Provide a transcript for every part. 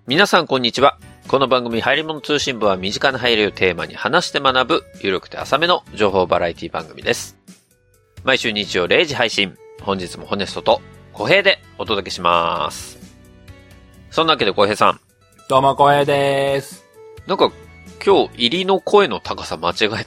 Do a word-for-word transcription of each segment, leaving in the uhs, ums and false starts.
皆さんこんにちは。この番組入り物通信部は身近な入りをテーマに話して学ぶゆるくて浅めの情報バラエティ番組です。毎週日曜れいじ配信。本日もホネストと小平でお届けします。そんなわけで小平さん。 どうも小平です。 なんか今日入りの声の高さ間違えたなっていう。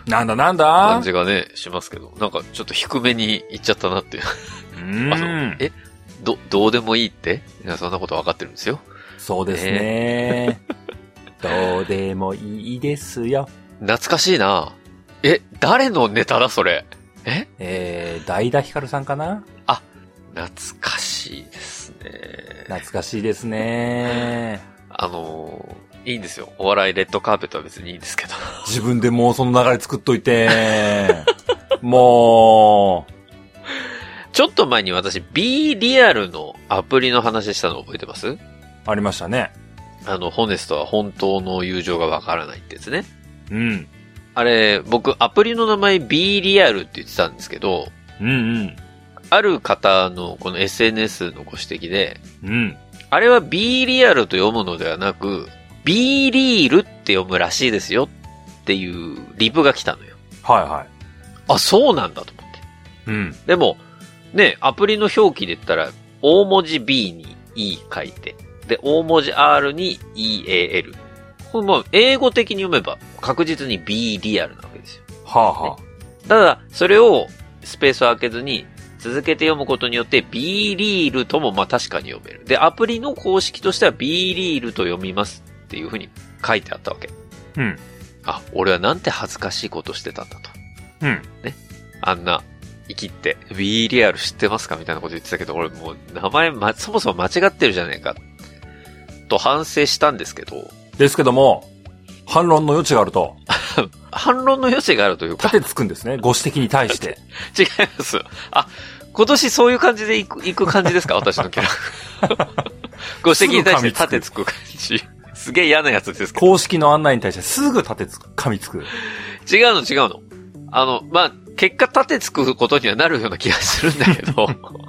なんだなんだ感じがね、しますけど。なんかちょっと低めに行っちゃったなっていう。 うーん。 あの、えど、どうでもいいっていや、そんなこと分かってるんですよ。 そうですね。どうでもいいですよ。 懐かしいな。え、誰のネタだそれ。ええー、代田ヒカルさんかな。 あ、懐かしいですね。 懐かしいですね。 あのー、いいんですよ。お笑いレッドカーペットは別にいいんですけど。 自分でもうその流れ作っといて。もう。 ちょっと前に私 B リアルのアプリの話したの覚えてます？ ありましたね。 あの、ホネストは本当の友情がわからないってやつね。 うん。 あれ、僕アプリの名前 B リアルって言ってたんですけど、 うんうん。 ある方のこの エスエヌエス のご指摘で、 うん。 あれは B リアルと読むのではなく、B リールって読むらしいですよっていうリプが来たのよ。 はいはい。 あ、そうなんだと思って。 うん。 でも、ね、アプリの表記で言ったら、大文字 B に E 書いて、で、大文字 R に イーエーエル。これもう英語的に読めば確実に B リアルなわけですよ。 はあはあ。 ね、ただ、それをスペースを開けずに続けて読むことによって B リールともまあ確かに読める。で、アプリの公式としては B リールと読みますっていうふうに書いてあったわけ。 うん。 あ、俺はなんて恥ずかしいことしてたんだと。 うん。 ね。あんな、生きって、B リアル知ってますかみたいなこと言ってたけど、俺もう名前、ま、そもそも間違ってるじゃねえか。と反省したんですけど。 ですけども、反論の余地があると。 反論の余地があるというか。 立てつくんですね。ご指摘に対して。 違います。あ、今年そういう感じで行く、行く感じですか私のキャラ。ご指摘に対して立てつく感じ。すげえ嫌なやつですけど。 公式の案内に対してすぐ立てつく、噛みつく。 違うの違うの。あの、まあ、結果立てつくことにはなるような気がするんだけど。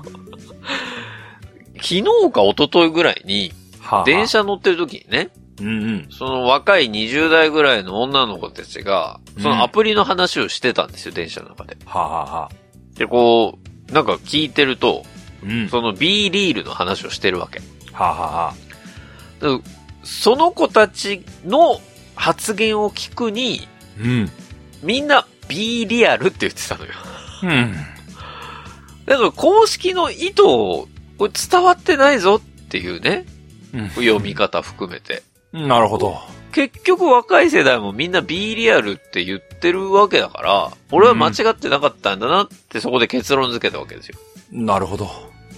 昨日か一昨日ぐらいに、はあ、電車乗ってる時にね、 うんうん、 その若いにじゅう代ぐらいの女の子たちが、そのアプリの話をしてたんですよ、うん、電車の中で。 はあはあ、 で、こう、なんか聞いてると、 うん、 その B リールの話をしてるわけ。 はあはあ、 その子たちの発言を聞くに、 うん、 みんな B リアルって言ってたのよ。 うん。 だから公式の意図をこれ伝わってないぞっていうね、うん、読み方含めて。 なるほど。 結局若い世代もみんな B リアルって言ってるわけだから、俺は間違ってなかったんだなってそこで結論付けたわけですよ。 なるほど。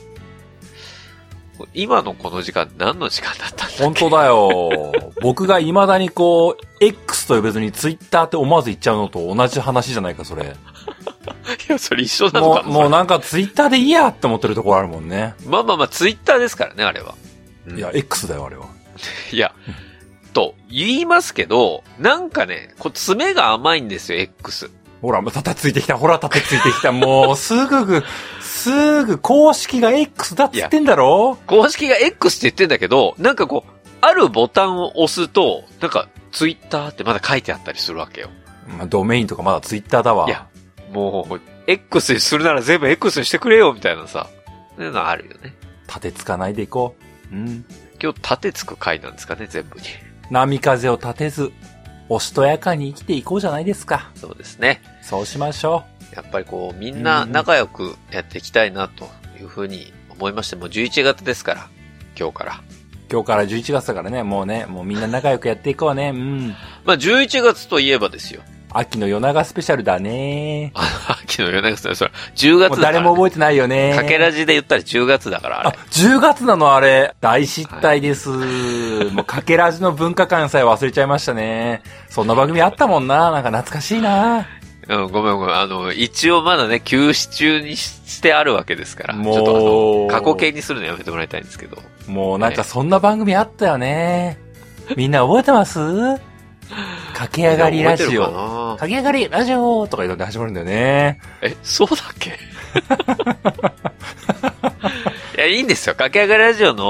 今のこの時間何の時間だったんだっけ？ 本当だよ。僕が未だにこう、X と呼べずに Twitter って思わず言っちゃうのと同じ話じゃないか、それ。 いや、それ一緒なのかな。 もう、もうなんか Twitter でいいやって思ってるところあるもんね。 まあまあまあ Twitter ですからね、あれは。 うん、いや、X だよ、あれは。 いや、と言いますけど、なんかね、こう爪が甘いんですよ、X。 ほら、立てついてきた、ほら、立てついてきた、もう、すぐ、すぐ、公式が X だって言ってんだろ？ 公式が X って言ってんだけど、なんかこう、あるボタンを押すと、なんか、ツイッターってまだ書いてあったりするわけよ。 まあ、ドメインとかまだツイッターだわ。 いや、もう、X にするなら全部 X にしてくれよ、みたいなさ。そういうのあるよね。 立てつかないでいこう。うん。 今日立てつく回なんですかね、全部に。 波風を立てず、おしとやかに生きていこうじゃないですか。 そうですね。 そうしましょう。やっぱりこう、みんな仲良くやっていきたいな、というふうに思いまして、もうじゅういちがつですから、今日から。 今日からじゅういちがつだからね、もうね、もうみんな仲良くやっていこうね。うん。 まあじゅういちがつといえばですよ。 秋の夜長スペシャルだね。 秋の夜長スペシャル。じゅうがつだから、ね。 誰も覚えてないよね。 かけらじで言ったらじゅうがつだからあれ。 あ、じゅうがつなのあれ。大失態です。はい、もうかけらじの文化館さえ忘れちゃいましたね。そんな番組あったもんな。なんか懐かしいな。 うん、ごめんごめん。あの、一応まだね、休止中にしてあるわけですから。 もう。 ちょっとあの、過去形にするのやめてもらいたいんですけど。 もうなんかそんな番組あったよね。みんな覚えてます？駆け上がりラジオ。駆け上がりラジオとかいうので始まるんだよね。 え、そうだっけいや、いいんですよ。駆け上がりラジオの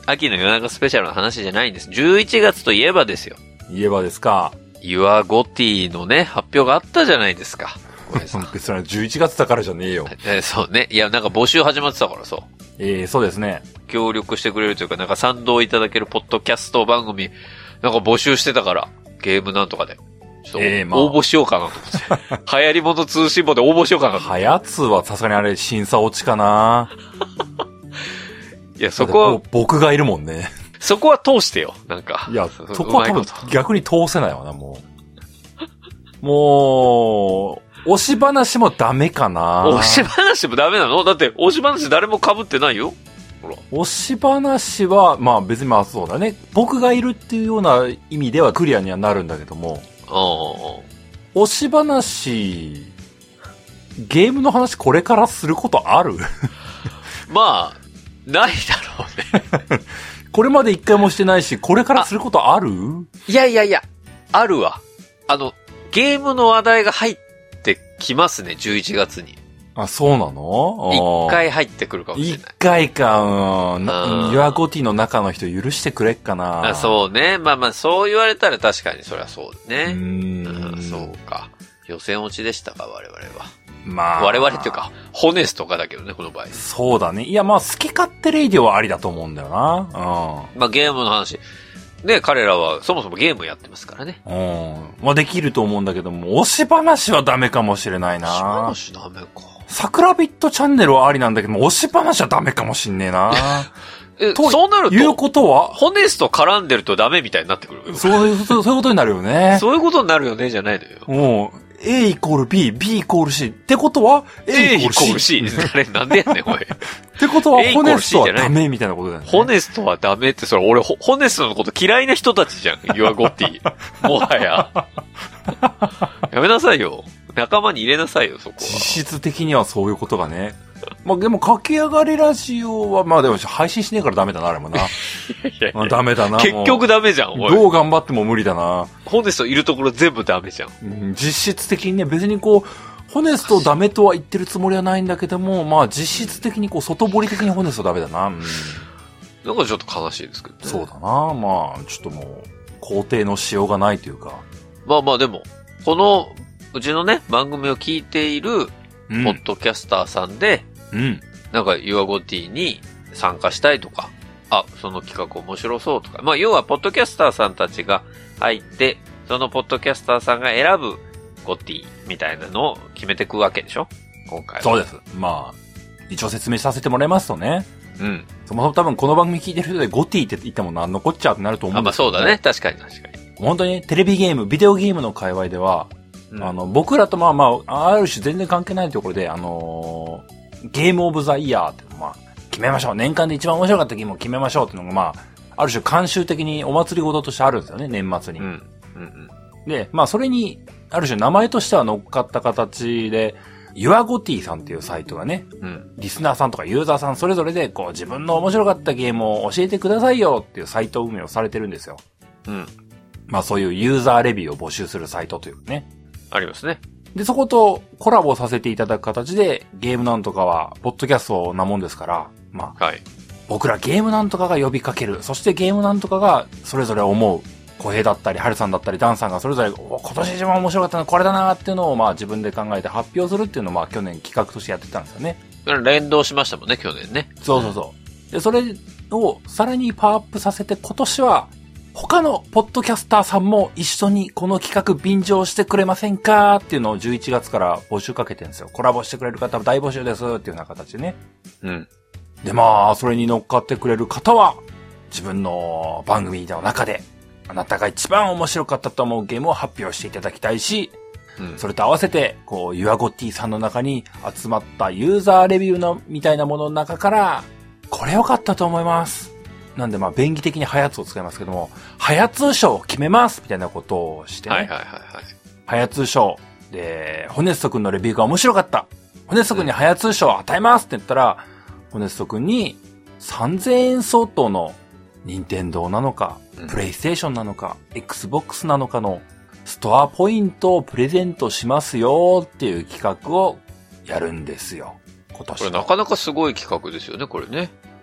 秋の夜中スペシャルの話じゃないんです。じゅういちがつといえばですよ。 言えばですか。 ユアゴティのね、発表があったじゃないですか。 別にじゅういちがつだからじゃねえよ。 えー、そうね。いや、なんか募集始まってたからさ。 ええー、そうですね。 協力してくれるというか、なんか賛同いただけるポッドキャスト番組、なんか募集してたから、ゲームなんとかで。ちょっと、えーまあ、応募しようかなと思って。流行り物通信簿で応募しようかなと思って。 はやつはさすがにあれ審査落ちかな。 いや、そこは。 僕がいるもんね。 そこは通してよ、なんか。 いや、そこは多分逆に通せないわな、もう。もう、推し話もダメかな。 推し話もダメなの？だって、推し話誰も被ってないよ。ほら。 推し話は、まあ別にまあそうだね。僕がいるっていうような意味ではクリアにはなるんだけども。ああ。推し話、ゲームの話これからすることある？まあ、ないだろうね。 これまで一回もしてないし、これからすることある？ いやいやいや、あるわ。あの、ゲームの話題が入ってきますね、じゅういちがつに。 あ、そうなの？ 一回入ってくるかもしれない。 一回か、うん。ユアゴティの中の人許してくれっかな。 あ、そうね。まあまあ、そう言われたら確かにそりゃそうね。うーん。そうか。予選落ちでしたか、我々は。まあ。我々っていうか、ホネスとかだけどね、この場合。 そうだね。いや、まあ、好き勝手レイディオはありだと思うんだよな。うん。 まあ、ゲームの話。ね、彼らはそもそもゲームやってますからね。 うん。まあ、できると思うんだけども、推し話はダメかもしれないな。 推し話ダメか。 桜ビットチャンネルはありなんだけども、推し話はダメかもしんねえな。 え、そうなると。 いうことはホネスと絡んでるとダメみたいになってくる。 そういう、そういうことになるよね。 そういうことになるよね、じゃないのよ。 もう、A イコール B、B イコール C。ってことは A イコール C。あれ、なんでやねん、おい。 ってことは、ホネストはダメみたいなことだよね。 ホネストはダメって、それ、俺、ホネストのこと嫌いな人たちじゃん。ユアゴッティ。もはや。やめなさいよ。仲間に入れなさいよ、そこは。 実質的にはそういうことがね。まあ、でも、駆け上がりラジオは、まあでも、配信しねえからダメだな、あれもな。いやいやいやダメだな。 結局ダメじゃん、 おい。どう頑張っても無理だな。 ホネストいるところ全部ダメじゃん。 うん、実質的にね、別にこう、ホネストダメとは言ってるつもりはないんだけども、まあ実質的にこう、外堀的にホネストダメだな。うん、 なんかちょっと悲しいですけどね。 そうだな。まあ、ちょっともう、肯定のしようがないというか。 まあまあでも、この、うちのね、番組を聞いている、ポッドキャスターさんで、うん。なんか、ユアゴティに参加したいとか、あ、その企画面白そうとか。まあ、要は、ポッドキャスターさんたちが入って、そのポッドキャスターさんが選ぶゴティみたいなのを決めていくわけでしょ今回は。 そうです。まあ、一応説明させてもらいますとね。 うん。 そもそも多分この番組聞いてる人でゴティって言っても何のこっちゃってなると思うんですけど、ね。 あ、まあそうだね。確かに確かに。 本当にテレビゲーム、ビデオゲームの界隈では、うん、あの、僕らとまあまあ、ある種全然関係ないところで、あのー、ゲームオブザイヤーっていうのをまあ、決めましょう。年間で一番面白かったゲームを決めましょうっていうのがまあ、ある種慣習的にお祭りごととしてあるんですよね、年末に。うん。うんうん、で、まあそれに、ある種名前としては乗っかった形で、ユアゴティさんっていうサイトがね、うん、リスナーさんとかユーザーさんそれぞれで、こう自分の面白かったゲームを教えてくださいよっていうサイト運営をされてるんですよ。うん。まあそういうユーザーレビューを募集するサイトというね。 ありますね。 で、そことコラボさせていただく形で、ゲームなんとかは、ポッドキャストなもんですから、まあ、はい、僕らゲームなんとかが呼びかける、そしてゲームなんとかがそれぞれ思う、小平だったり、春さんだったり、ダンさんがそれぞれ、今年一番面白かったのはこれだなっていうのを、まあ自分で考えて発表するっていうのを、まあ去年企画としてやってたんですよね。 連動しましたもんね、去年ね。 そうそうそう。で、それをさらにパワーアップさせて、今年は、他のポッドキャスターさんも一緒にこの企画便乗してくれませんかっていうのをじゅういちがつから募集かけてるんですよ。コラボしてくれる方大募集ですっていうような形でね。うん。で、まあ、それに乗っかってくれる方は、自分の番組の中で、あなたが一番面白かったと思うゲームを発表していただきたいし、うん、それと合わせて、こう、ユアゴッティさんの中に集まったユーザーレビューのみたいなものの中から、これ良かったと思います。なんでまあ便宜的にハヤツを使いますけども、ハヤツ賞を決めますみたいなことをしてね。はいはいはいはい。ハヤツ賞で、ホネスト君のレビューが面白かった。ホネスト君にハヤツ賞を与えますって言ったら、ホネスト君にさんぜんえん相当の任天堂なのか、うん、プレイステーションなのか、Xbox なのかのストアポイントをプレゼントしますよっていう企画をやるんですよ。今年。 これなかなかすごい企画ですよね、これね。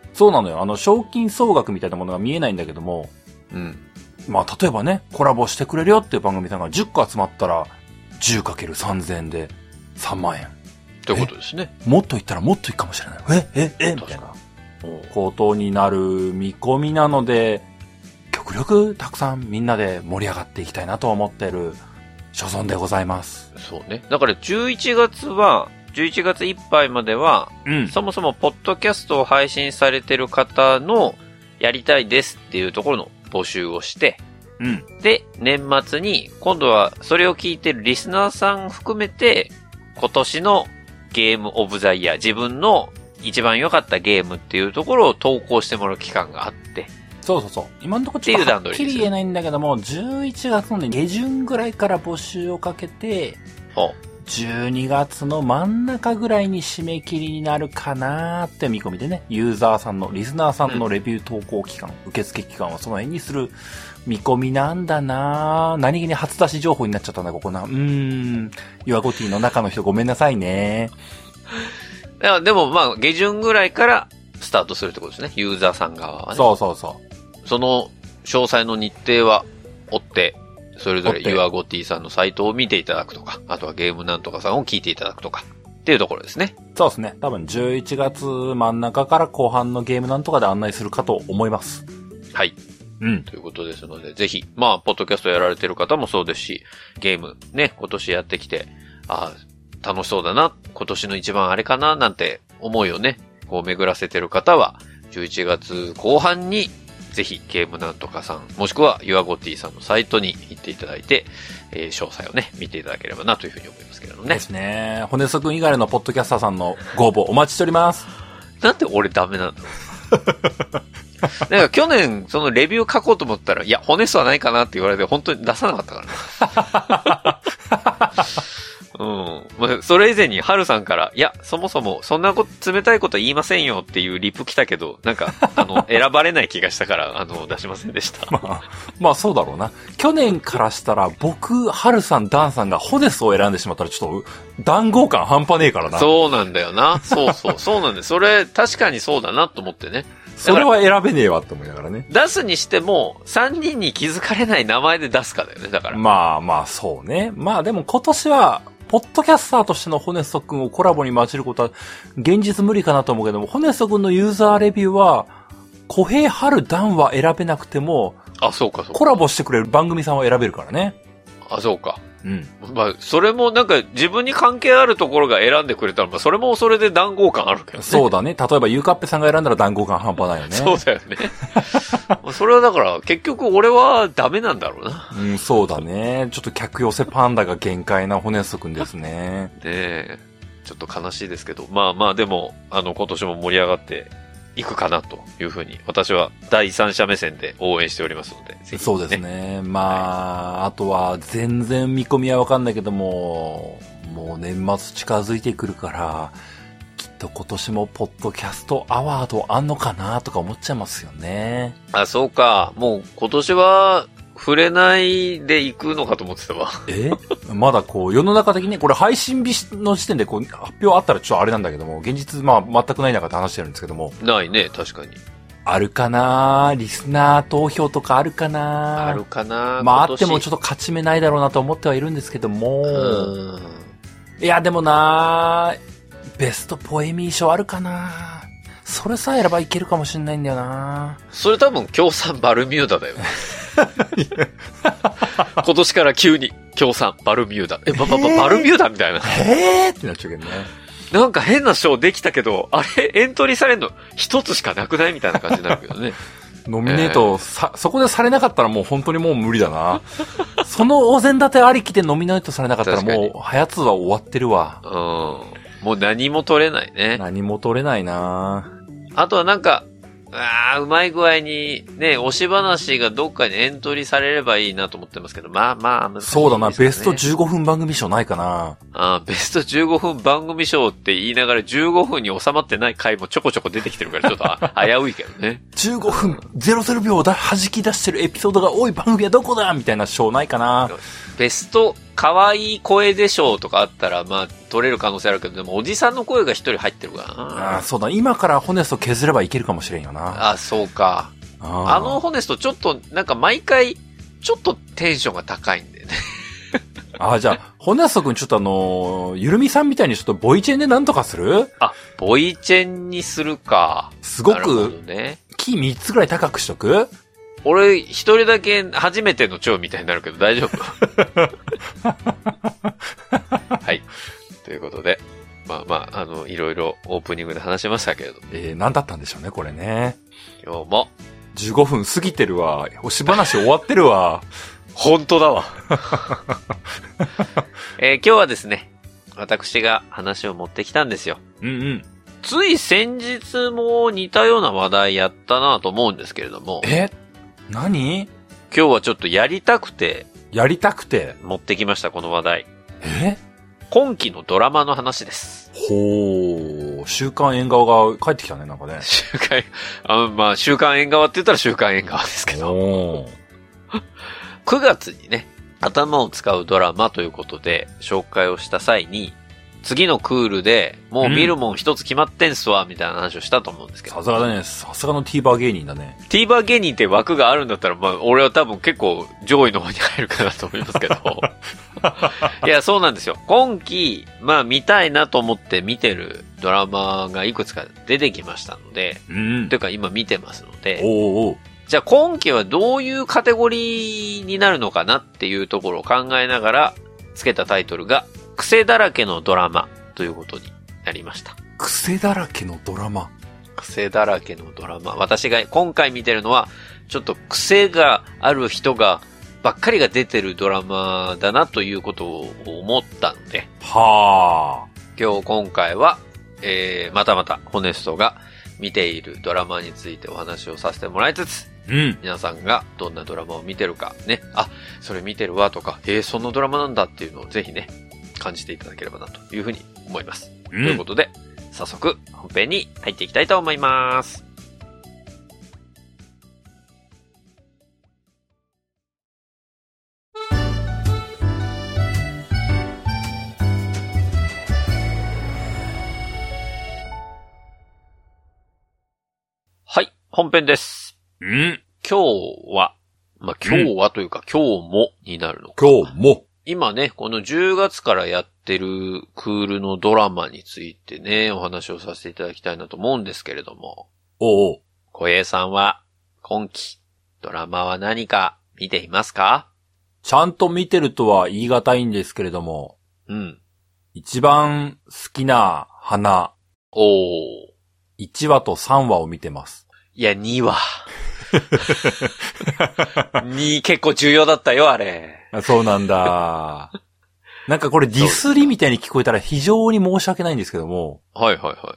そうなのよ。あの、賞金総額みたいなものが見えないんだけども、 うん。 まあ、例えばね、コラボしてくれるよっていう番組さんがじゅっこ集まったら、じゅうかけるさんぜんえんでさんまんえん。 ということですね。 もっといったらもっといくかもしれない。え、え、え、みたいなことになる見込みなので、極力たくさんみんなで盛り上がっていきたいなと思っている所存でございます。 そうね。だからじゅういちがつは、じゅういちがついっぱいまでは、うん、そもそもポッドキャストを配信されてる方のやりたいですっていうところの募集をして、うん、で、年末に今度はそれを聞いてるリスナーさん含めて、今年のゲームオブザイヤー、自分の一番良かったゲームっていうところを投稿してもらう期間があって、 そうそうそう。今のところちょっとはっきり言えないんだけども、じゅういちがつの下旬ぐらいから募集をかけて、じゅうにがつの真ん中ぐらいに締め切りになるかなーって見込みでね、ユーザーさんの、リスナーさんのレビュー投稿期間、うん、受付期間はその辺にする見込みなんだなー。何気に初出し情報になっちゃったんだ、ここな。うーん。ユアゴティの中の人ごめんなさいね。 いや、でもまあ、下旬ぐらいからスタートするってことですね。ユーザーさん側はね。 そうそうそう。 その詳細の日程は追って、それぞれユアゴティさんのサイトを見ていただくとか、あとはゲームなんとかさんを聞いていただくとか、っていうところですね。 そうですね。多分じゅういちがつ真ん中から後半のゲームなんとかで案内するかと思います。 はい。うん。ということですので、ぜひ、まあ、ポッドキャストやられてる方もそうですし、ゲームね、今年やってきて、ああ、楽しそうだな、今年の一番あれかな、なんて思いをね、こう巡らせてる方は、じゅういちがつこう半に、ぜひゲームなんとかさん、もしくはユアゴティさんのサイトに行っていただいて、えー、詳細をね、見ていただければなというふうに思いますけれどもね。 ですね。骨そくん以外のポッドキャスターさんのご応募お待ちしております。 なんで俺ダメなんだろう。なんか去年、そのレビュー書こうと思ったら、いや、骨そはないかなって言われて、本当に出さなかったからね。うん。まあ、それ以前に、ハルさんから、いや、そもそも、そんなこと、冷たいこと言いませんよっていうリプ来たけど、なんか、あの、選ばれない気がしたから、あの、出しませんでした。 まあ、まあそうだろうな。去年からしたら、僕、ハルさん、ダンさんがホデスを選んでしまったら、ちょっと、談合感半端ねえからな。 そうなんだよな。そうそう、そうなんだよ。それ、確かにそうだなと思ってね。 それは選べねえわって思いながらね。 出すにしても、さんにんに気づかれない名前で出すかだよね、だから。 まあまあ、そうね。まあでも今年は、ポッドキャスターとしてのホネスト君をコラボに混じることは現実無理かなと思うけども、ホネスト君のユーザーレビューは、小平春段は選べなくても、 あ、そうかそうか。 コラボしてくれる番組さんは選べるからね。 あ、そうか。 うん。 まあ、それもなんか自分に関係あるところが選んでくれたら、まあ、それもそれで談合感あるけどね。 そうだね。例えば、ゆうかっぺさんが選んだら談合感半端ないよね。 そうだよね。それはだから、結局俺はダメなんだろうな。 うん、そうだね。ちょっと客寄せパンダが限界なホネスト君ですね。 ねえ。ちょっと悲しいですけど、まあまあでも、あの、今年も盛り上がっていくかなというふうに、私は第三者目線で応援しておりますので、ぜひね、 そうですね。まあ、はい、あとは全然見込みはわかんないけども、もう年末近づいてくるから、きっと今年もポッドキャストアワードあんのかなとか思っちゃいますよね。 あ、そうか。もう今年は触れないで行くのかと思ってたわ。 えまだこう、世の中的に、これ配信日の時点でこう、発表あったらちょっとあれなんだけども、現実まあ全くない中で話してるんですけども。 ないね、確かに。 あるかなリスナー投票とかあるかなあるかなまああってもちょっと勝ち目ないだろうなと思ってはいるんですけども。いやでもなベストポエミー賞あるかなそれさえやればいけるかもしれないんだよなそれ多分協賛バルミューダだよね。今年から急に協賛バルミューダ。え、ばばばバルミューダみたいな。 へーってなっちゃうけどね。 なんか変な賞できたけど、あれエントリーされるの一つしかなくないみたいな感じになるけどね。 ノミネート、えー、さ、そこでされなかったらもう本当にもう無理だな。そのお膳立てありきでノミネートされなかったらもう、はやつは終わってるわ。 うん。もう何も取れないね。 何も取れないな。 あとはなんか、ああ、うまい具合に、ね、推し話がどっかにエントリーされればいいなと思ってますけど、まあまあ、難しいですね。 そうだな、ベストじゅうごふん番組賞ないかな。 ああ、ベストじゅうごふん番組賞って言いながらじゅうごふんに収まってない回もちょこちょこ出てきてるから、ちょっと危ういけどね。 じゅうごふん、ゼロゼロびょうを弾き出してるエピソードが多い番組はどこだみたいな賞ないかな。 ベスト可愛い声でしょうとかあったら、まあ、取れる可能性あるけど、でもおじさんの声が一人入ってるからな。 ああ、そうだ。今からホネスト削ればいけるかもしれんよな。 あ、そうか。 あ, あのホネストちょっと、なんか毎回、ちょっとテンションが高いんだよね。 ああ、じゃあ、ホネスト君ちょっとあのー、ゆるみさんみたいにちょっとボイチェンでなんとかする？ あ、ボイチェンにするか。 すごく、 ね、キーみっつぐらい高くしとく？ 俺、一人だけ初めての蝶みたいになるけど大丈夫？はい。ということで、まあまあ、あの、いろいろオープニングで話しましたけれど。 えー、何だったんでしょうね、これね。 今日も。 じゅうごふん過ぎてるわ。押し話終わってるわ。 本当だわ。えー、今日はですね、私が話を持ってきたんですよ。 うんうん。 つい先日も似たような話題やったなと思うんですけれども。 え？何？ 今日はちょっとやりたくて。 やりたくて持ってきました、この話題。 え？ 今期のドラマの話です。 ほー。週刊縁側が帰ってきたね、なんかね。 週刊、あまあ、週刊縁側って言ったら週刊縁側ですけど。くがつにね、頭を使うドラマということで紹介をした際に、次のクールでもう見るもん一つ決まってんすわ、みたいな話をしたと思うんですけど。 さすがだね。さすがの TVer 芸人だね。 TVer 芸人って枠があるんだったら、まあ、俺は多分結構上位の方に入るかなと思いますけど。いや、そうなんですよ。今期、まあ見たいなと思って見てるドラマがいくつか出てきましたので、 うん。 というか今見てますので、 おうおう。 じゃあ今期はどういうカテゴリーになるのかなっていうところを考えながら付けたタイトルが、癖だらけのドラマということになりました。 癖だらけのドラマ。 癖だらけのドラマ。私が今回見てるのは、ちょっと癖がある人が、ばっかりが出てるドラマだなということを思ったので。 はあ。 今日今回は、えー、またまたホネストが見ているドラマについてお話をさせてもらいつつ、 うん。 皆さんがどんなドラマを見てるかね。あ、それ見てるわとか、えー、そんなドラマなんだっていうのをぜひね、感じていただければなというふうに思います。うん、ということで、早速本編に入っていきたいと思います。はい、本編です。 うん。 今日は、まあ、今日はというか、うん、今日もになるのか。 今日も。 今ね、このじゅうがつからやってるクールのドラマについてね、お話をさせていただきたいなと思うんですけれども。 おうおう。 小平さんは、今期、ドラマは何か見ていますか？ ちゃんと見てるとは言い難いんですけれども。 うん。 一番好きな花。 おー。 いちわとさんわを見てます。 いや、にわ。に結構重要だったよ、あれ。 そうなんだ。なんかこれディスりみたいに聞こえたら非常に申し訳ないんですけども。 はいはいはい。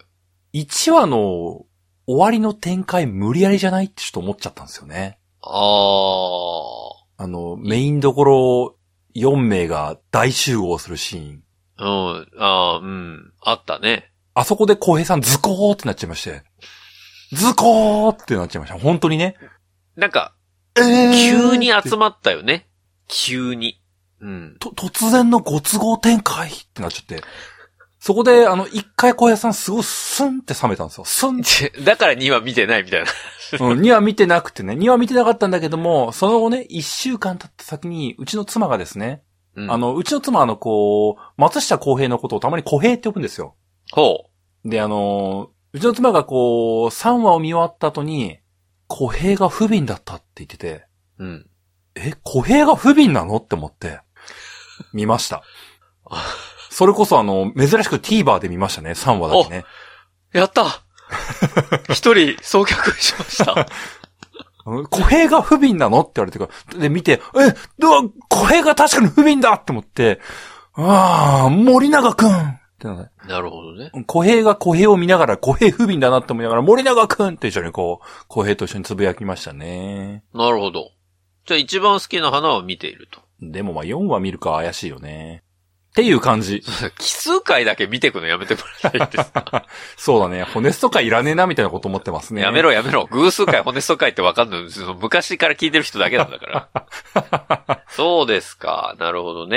いちわの終わりの展開無理やりじゃないってちょっと思っちゃったんですよね。 あー。 あの、メインどころよんめいが大集合するシーン。 うん、あー、うん。あったね。 あそこで小平さんズコーってなっちゃいまして。ズコーってなっちゃいました。本当にね。 なんか、 えー、 急に集まったよね。急に。うん。 と、突然のご都合展開ってなっちゃって。そこで、あの、一回小屋さんすごいスンって冷めたんですよ。スンって。 だからにわ見てないみたいな。 うん、にわ見てなくてね。にわ見てなかったんだけども、その後ね、いっしゅうかん経った先に、うちの妻がですね、うん、あの、うちの妻はあの、こう、松下洸平のことをたまに小平って呼ぶんですよ。 ほう。で、あの、うちの妻がこう、さんわを見終わった後に、小平が不憫だったって言ってて、 うん。 え、小平が不憫なのって思って、見ました。それこそあの、珍しく TVer で見ましたね、さんわだけね。 やった一人、送客しました。 小平が不憫なのって言われてから、で、見て、え、どう、小平が確かに不憫だって思って、ああ、森永くんってななるほどね。 小平が小平を見ながら、小平不憫だなって思いながら、森永くんって一緒にこう、小平と一緒につぶやきましたね。 なるほど。じゃあ一番好きな花は見ていると。 でもまあよんわ見るか怪しいよね。っていう感じ。 奇数回だけ見てくのやめてもらえないですか？ そうだね。ホネスト回いらねえなみたいなこと思ってますね。 やめろやめろ。偶数回、ホネスト回ってわかんない。昔から聞いてる人だけなんだから。そうですか。なるほどね。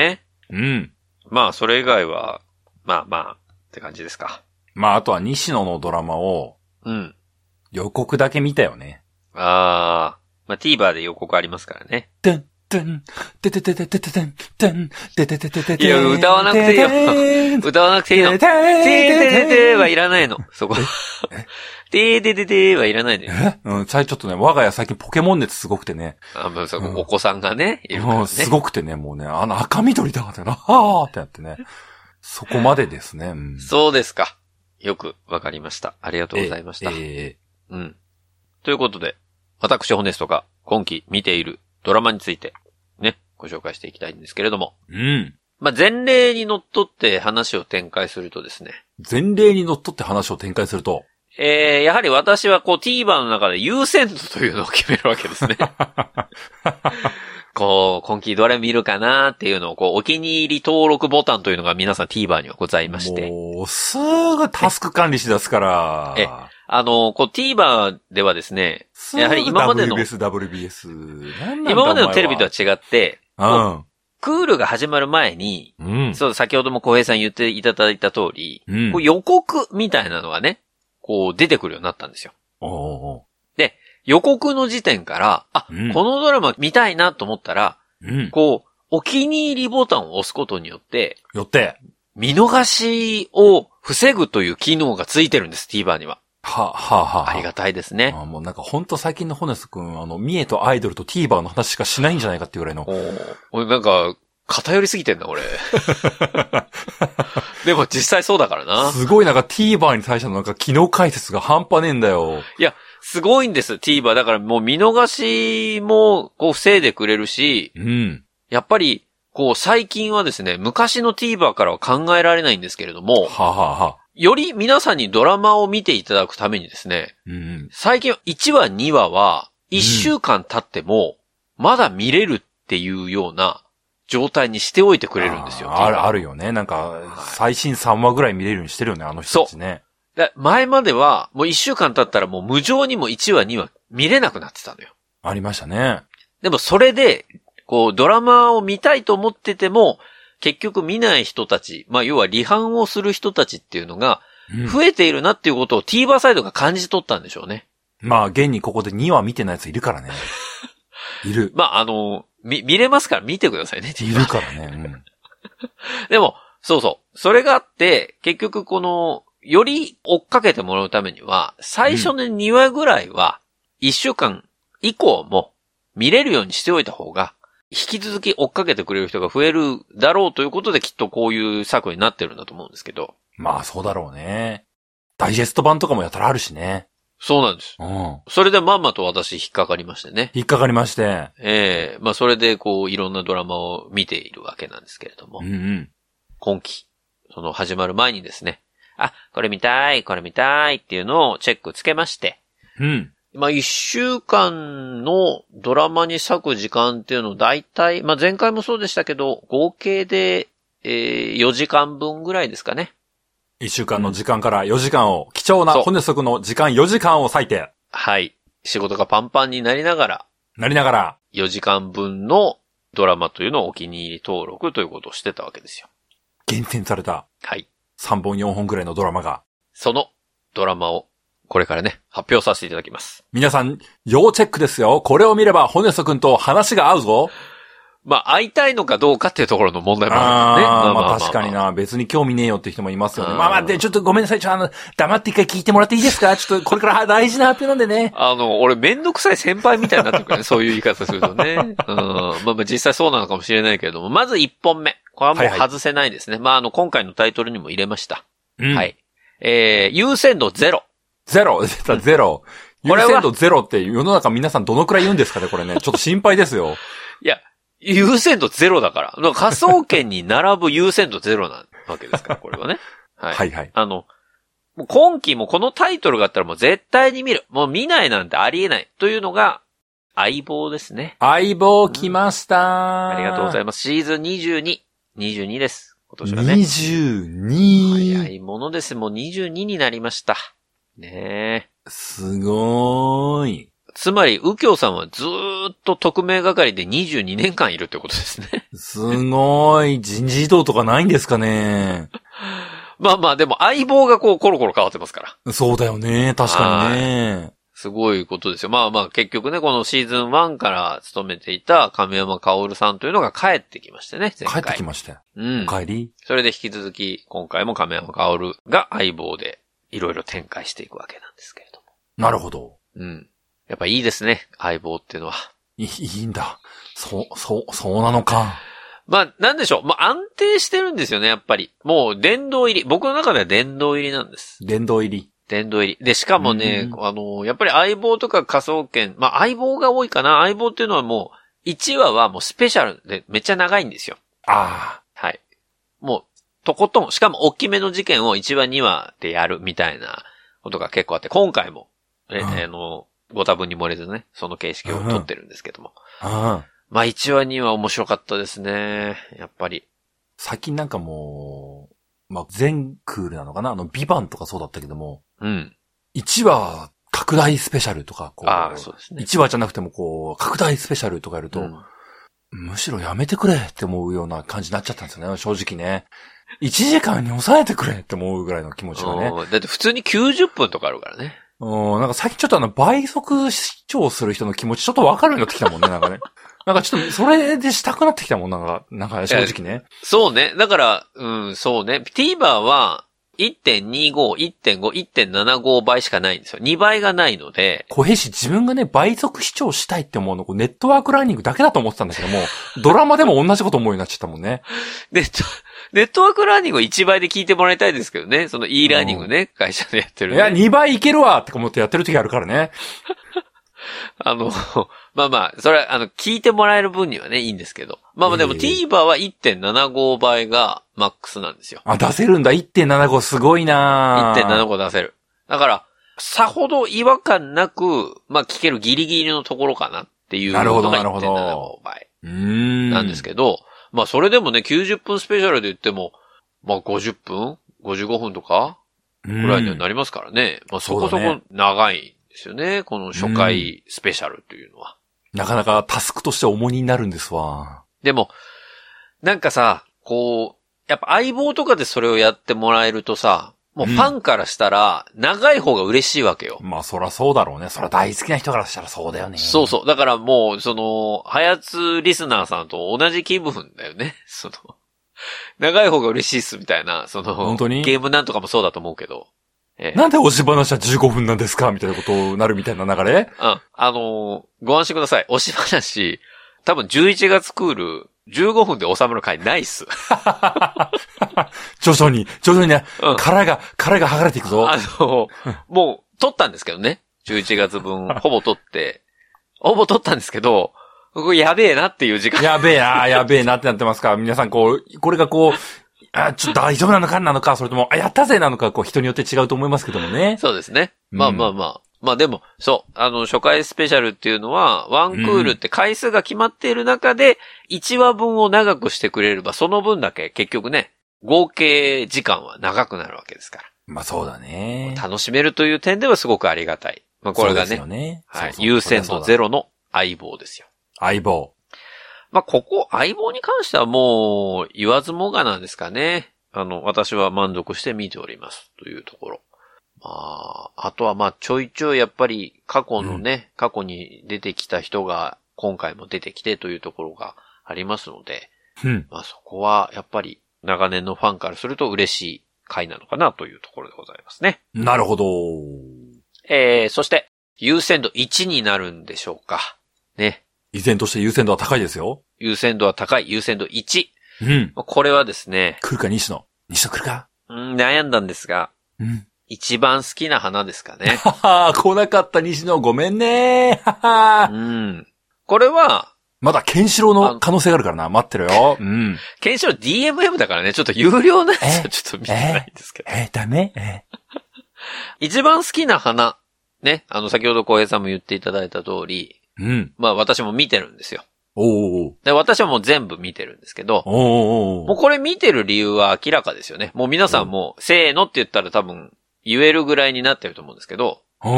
うん。 まあ、それ以外は、まあまあ、って感じですか。 まあ、あとは西野のドラマを、 うん。 予告だけ見たよね。 ああ、まあ TVer で予告ありますからね。 てん、てん、てててててててん、てん、てててててていや、歌わなくていいよ。歌わなくていいの。てーてーてーてーはいらないの。そこ。てーてーてーてーはいらないのよ。 えうん、最近ちょっとね、我が家最近ポケモン熱すごくてね。 あ、もうそこ、お子さんがね、いるからね。 もうすごくてね、もうね、あの赤緑だってな、はーってなってね。そこまでですね。うん、 そうですか。よくわかりました。ありがとうございました。ええー、うん。ということで、私、ホネストが今期見ているドラマについて、ね、ご紹介していきたいんですけれども。 うん。 まあ、前例にのっとって話を展開するとですね。 前例にのっとって話を展開すると。 えー、やはり私はこう TVer の中で優先度というのを決めるわけですね。こう、今期どれ見るかなっていうのを、こう、お気に入り登録ボタンというのが皆さん TVer にはございまして。 もう、すぐタスク管理しだすから。 え、あの、こう TVer ではですね、やはり今までの、 ダブリュービーエス、ダブリュービーエス。 今までのテレビとは違って、 うん。 クールが始まる前に、うん、そう、先ほども小平さん言っていただいた通り、うん、こう予告みたいなのがね、こう出てくるようになったんですよ。 おうおうで、予告の時点から、あ、うん、このドラマ見たいなと思ったら、うん、こう、お気に入りボタンを押すことによって、 よって、 見逃しを防ぐという機能がついてるんです、TVer には。 はあ、はあ、はあ。 ありがたいですね。 あもうなんかほんと最近のホネス君、あの、ミエとアイドルと TVer の話しかしないんじゃないかっていうぐらいの。 お俺なんか、偏りすぎてんだ、俺。でも実際そうだからな。 すごいなんか TVer に対してのなんか機能解説が半端ねえんだよ。 いや、すごいんです、TVer。だからもう見逃しも、こう防いでくれるし、 うん。 やっぱり、こう最近はですね、昔の TVer からは考えられないんですけれども、 はあ、ははあ、 より皆さんにドラマを見ていただくためにですね、 うん、 最近いちわにわはいっしゅうかん経っても、まだ見れるっていうような状態にしておいてくれるんですよ。 ある、あるよね。なんか、最新さんわぐらい見れるようにしてるよね、あの人たちね。 そう。前までは、もういっしゅうかん経ったらもう無情にもいちわにわ見れなくなってたのよ。 ありましたね。 でもそれで、こう、ドラマを見たいと思ってても、結局見ない人たち、まあ要は離反をする人たちっていうのが、増えているなっていうことを TVer サイドが感じ取ったんでしょうね。 まあ、現にここでにわ見てないやついるからね。いる。 まあ、あの、見、見れますから見てくださいね、 TVer。いるからね。うん、 でも、そうそう。それがあって、結局この、より追っかけてもらうためには、最初のにわぐらいは、いっしゅうかん以降も見れるようにしておいた方が、引き続き追っかけてくれる人が増えるだろうということできっとこういう策になってるんだと思うんですけど。 まあそうだろうね。ダイジェスト版とかもやたらあるしね。 そうなんです。 うん。 それでまんまと私引っかかりましてね。 引っかかりまして。 ええー、まあそれでこういろんなドラマを見ているわけなんですけれども。 うんうん。 今期、その始まる前にですね。あ、これ見たい、これ見たいっていうのをチェックつけまして。 うん。 まあ一週間のドラマに割く時間っていうのを大体、まあ前回もそうでしたけど、合計で、えー、よじかんぶんぐらいですかね。 一週間の時間からよじかんを、貴重な本日の時間よじかんを割いて。 はい。仕事がパンパンになりながら。 なりながら。 よじかんぶんのドラマというのをお気に入り登録ということをしてたわけですよ。 厳選された。 はい。 さんぼんよんほんぐらいのドラマが。 そのドラマをこれからね、発表させていただきます。 皆さん、要チェックですよ。これを見れば、ホネスト君と話が合うぞ。 まあ、会いたいのかどうかっていうところの問題もあるんですね。 ああ、まあ確かにな。別に興味ねえよって人もいますよね。まあまあ、で、ちょっとごめんなさい。ちょっとあの、黙って一回聞いてもらっていいですか？ちょっとこれから大事な発表なんでね。 あの、俺めんどくさい先輩みたいになってくるね。そういう言い方するとね。うん。まあまあ実際そうなのかもしれないけれども、まずいっぽんめ。これはもう外せないですね。はいはい、まああの、今回のタイトルにも入れました。 うん、 はい。えー、優先度ゼロ。 ゼロ出た、ゼロ。優先度ゼロって世の中皆さんどのくらい言うんですかねこれね。ちょっと心配ですよ。 いや、優先度ゼロだから。だから科捜研に並ぶ優先度ゼロなわけですから、これはね。はい。 はいはい。 あの、もう今期もこのタイトルがあったらもう絶対に見る。もう見ないなんてありえない。というのが、相棒ですね。 相棒来ました、うん、 ありがとうございます。シーズンにじゅうに。にじゅうにです。今年はね。 にじゅうに。 早いものです。もうにじゅうにになりました。ねえ。 すごーい。 つまり、右京さんはずーっと特命係でにじゅうにねんかんいるってことですね。 すごい。人事異動とかないんですかね。 まあまあ、でも相棒がこうコロコロ変わってますから。 そうだよね。確かにね。 すごいことですよ。まあまあ、結局ね、このシーズンワンから勤めていた亀山薫さんというのが帰ってきましてね、前回。 帰ってきましたよ。 うん。 お帰り。 それで引き続き、今回も亀山薫が相棒で、いろいろ展開していくわけなんですけれども。 なるほど。 うん。やっぱいいですね、相棒っていうのは。 いい、いいんだ。そう、そう、そうなのか。 まあ、なんでしょう。まあ、安定してるんですよね、やっぱり。もう、殿堂入り。僕の中では殿堂入りなんです。 殿堂入り。 殿堂入り。で、しかもね、あの、やっぱり相棒とか科捜研、まあ、相棒が多いかな。相棒っていうのはもう、いちわはもうスペシャルでめっちゃ長いんですよ。 ああ。 はい。もう、とことん、しかも大きめの事件をいちわにわでやるみたいなことが結構あって、今回も、え、うん、あの、ご多分に漏れずね、その形式を取ってるんですけども。 うん、 まあ、いちわにわ面白かったですね。やっぱり。 最近なんかもう、まあ、全クールなのかなあの、ビバンとかそうだったけども。 うん。 いちわ拡大スペシャルとか、こう。 ああ、そうですね。 いちわじゃなくてもこう、拡大スペシャルとかやると、うん、むしろやめてくれって思うような感じになっちゃったんですよね、正直ね。いちじかんに抑えてくれって思うぐらいの気持ちがね。 だって普通にきゅうじゅっぷんとかあるからね。 うん、なんか最近ちょっとあの、倍速視聴する人の気持ちちょっとわかるようになってきたもんね、なんかね。なんかちょっと、それでしたくなってきたもん、なんか、なんか正直ね。 そうね。だから、うん、そうね。TVer は、いってんにご、いってんご、いってんななご 倍しかないんですよ。にばいがないので。 小平氏自分がね、倍速視聴したいって思うの、ネットワークラーニングだけだと思ってたんだけども、ドラマでも同じこと思うようになっちゃったもんね。 ネット、ネットワークラーニングをいちばいで聞いてもらいたいですけどね。その e ラーニングね、うん、会社でやってる、ね。 いや、にばいいけるわって思ってやってる時あるからね。 あの、まあまあ、それは、あの、聞いてもらえる分にはね、いいんですけど。まあまあでも TVer は いってんななご 倍がマックスなんですよ。 あ、出せるんだ。いってんななご すごいないってんななご 出せる。だから、さほど違和感なく、まあ聞けるギリギリのところかなっていうのが いってんななご 倍なんですけど、まあそれでもね、きゅうじゅっぷんスペシャルで言っても、まあごじゅっぷん ?ごじゅうご 分とかぐらいにはなりますからね。まあそこそこ長い。ですよね。この初回スペシャルというのは、 うん。なかなかタスクとして重荷になるんですわ。 でも、なんかさ、こう、やっぱ相棒とかでそれをやってもらえるとさ、もうファンからしたら、長い方が嬉しいわけよ。 うん、まあそらそうだろうね。そら大好きな人からしたらそうだよね。 そうそう。だからもう、その、はやつリスナーさんと同じ気分だよね。その、長い方が嬉しいっすみたいな、その、 本当にゲームなんとかもそうだと思うけど。 ええ、なんで押し話はじゅうごふんなんですかみたいなことになるみたいな流れうん。あのー、ご安心ください。押し話、多分じゅういちがつクール、じゅうごふんで収まる回ないっす。 徐々に、徐々にね、うん、殻が、殻が剥がれていくぞ。 あのー、もう、撮ったんですけどね。じゅういちがつぶん、ほぼ撮って、ほぼ撮ったんですけど、これやべえなっていう時間。 やべえな、やべえなってなってますか。皆さんこう、これがこう、あ、ちょっと大丈夫なのかなのか、それとも、あ、やったぜなのか、こう、人によって違うと思いますけどもね。 そうですね。まあまあまあ。うん、まあでも、そう、あの、初回スペシャルっていうのは、ワンクールって回数が決まっている中で、いちわぶんを長くしてくれれば、その分だけ結局ね、合計時間は長くなるわけですから。 まあそうだね。 楽しめるという点ではすごくありがたい。まあこれがね、そうですよね。はい。そうそう、優先度ゼロの相棒ですよ。 相棒。 まあここ、相棒に関してはもう、言わずもがなんですかね。あの、私は満足して見ております。というところ。まあ、あとはまあ、ちょいちょいやっぱり過去のね、うん、過去に出てきた人が今回も出てきてというところがありますので、 うん、 まあそこはやっぱり長年のファンからすると嬉しい回なのかなというところでございますね。 なるほど。 えー、そして、優先度いちになるんでしょうか。ね。 依然として優先度は高いですよ。 優先度は高い、優先度いち。 うん。 これはですね。 来るか、西野。西野来るかうん、悩んだんですが。 うん。 一番好きな花ですかね。 はは来なかった西野、ごめんねははうん。これは、 まだケンシロウの可能性があるからな。待ってろよ。うん。 ケンシロウ ディーエムエム だからね、ちょっと有料なやつはちょっと見てないんですけど。 え、え、ダメえ。 一番好きな花。ね。あの、先ほど小平さんも言っていただいた通り。 うん。 まあ私も見てるんですよ。 おーおーで、私はもう全部見てるんですけど。 おーおーもうこれ見てる理由は明らかですよね。もう皆さんも、せーのって言ったら多分言えるぐらいになってると思うんですけど。 うん。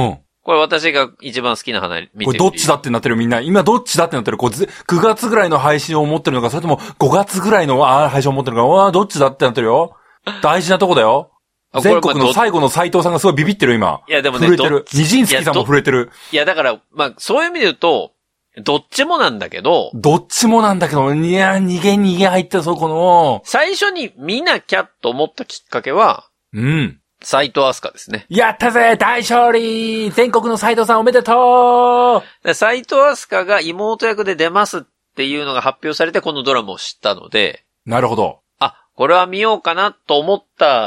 これ私が一番好きな花見てる。 これどっちだってなってるみんな。今どっちだってなってる。こうくがつぐらいの配信を持ってるのか、それともごがつぐらいのあ配信を持ってるのか、わあ、どっちだってなってるよ。大事なとこだよ。全国の最後の斉藤さんがすごいビビってる今。 いやでもね、 震えてる。ニジンスキさんも震えてる。 いやだから、まあそういう意味で言うと、どっちもなんだけど。 どっちもなんだけど、いや、逃げ逃げ入ったそこの。 最初に見なきゃと思ったきっかけは、 うん。 斉藤飛鳥ですね。 やったぜ大勝利全国の斉藤さんおめでとう斉藤飛鳥が妹役で出ますっていうのが発表されてこのドラマを知ったので。 なるほど。 あ、これは見ようかなと思った、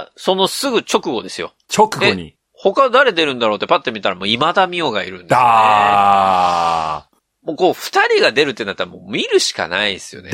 そのすぐ直後ですよ。 直後に。 他誰出るんだろうってパッて見たらもう今田美桜がいるんですよね。 だー。 もうこう二人が出るってなったらもう見るしかないですよね。 だ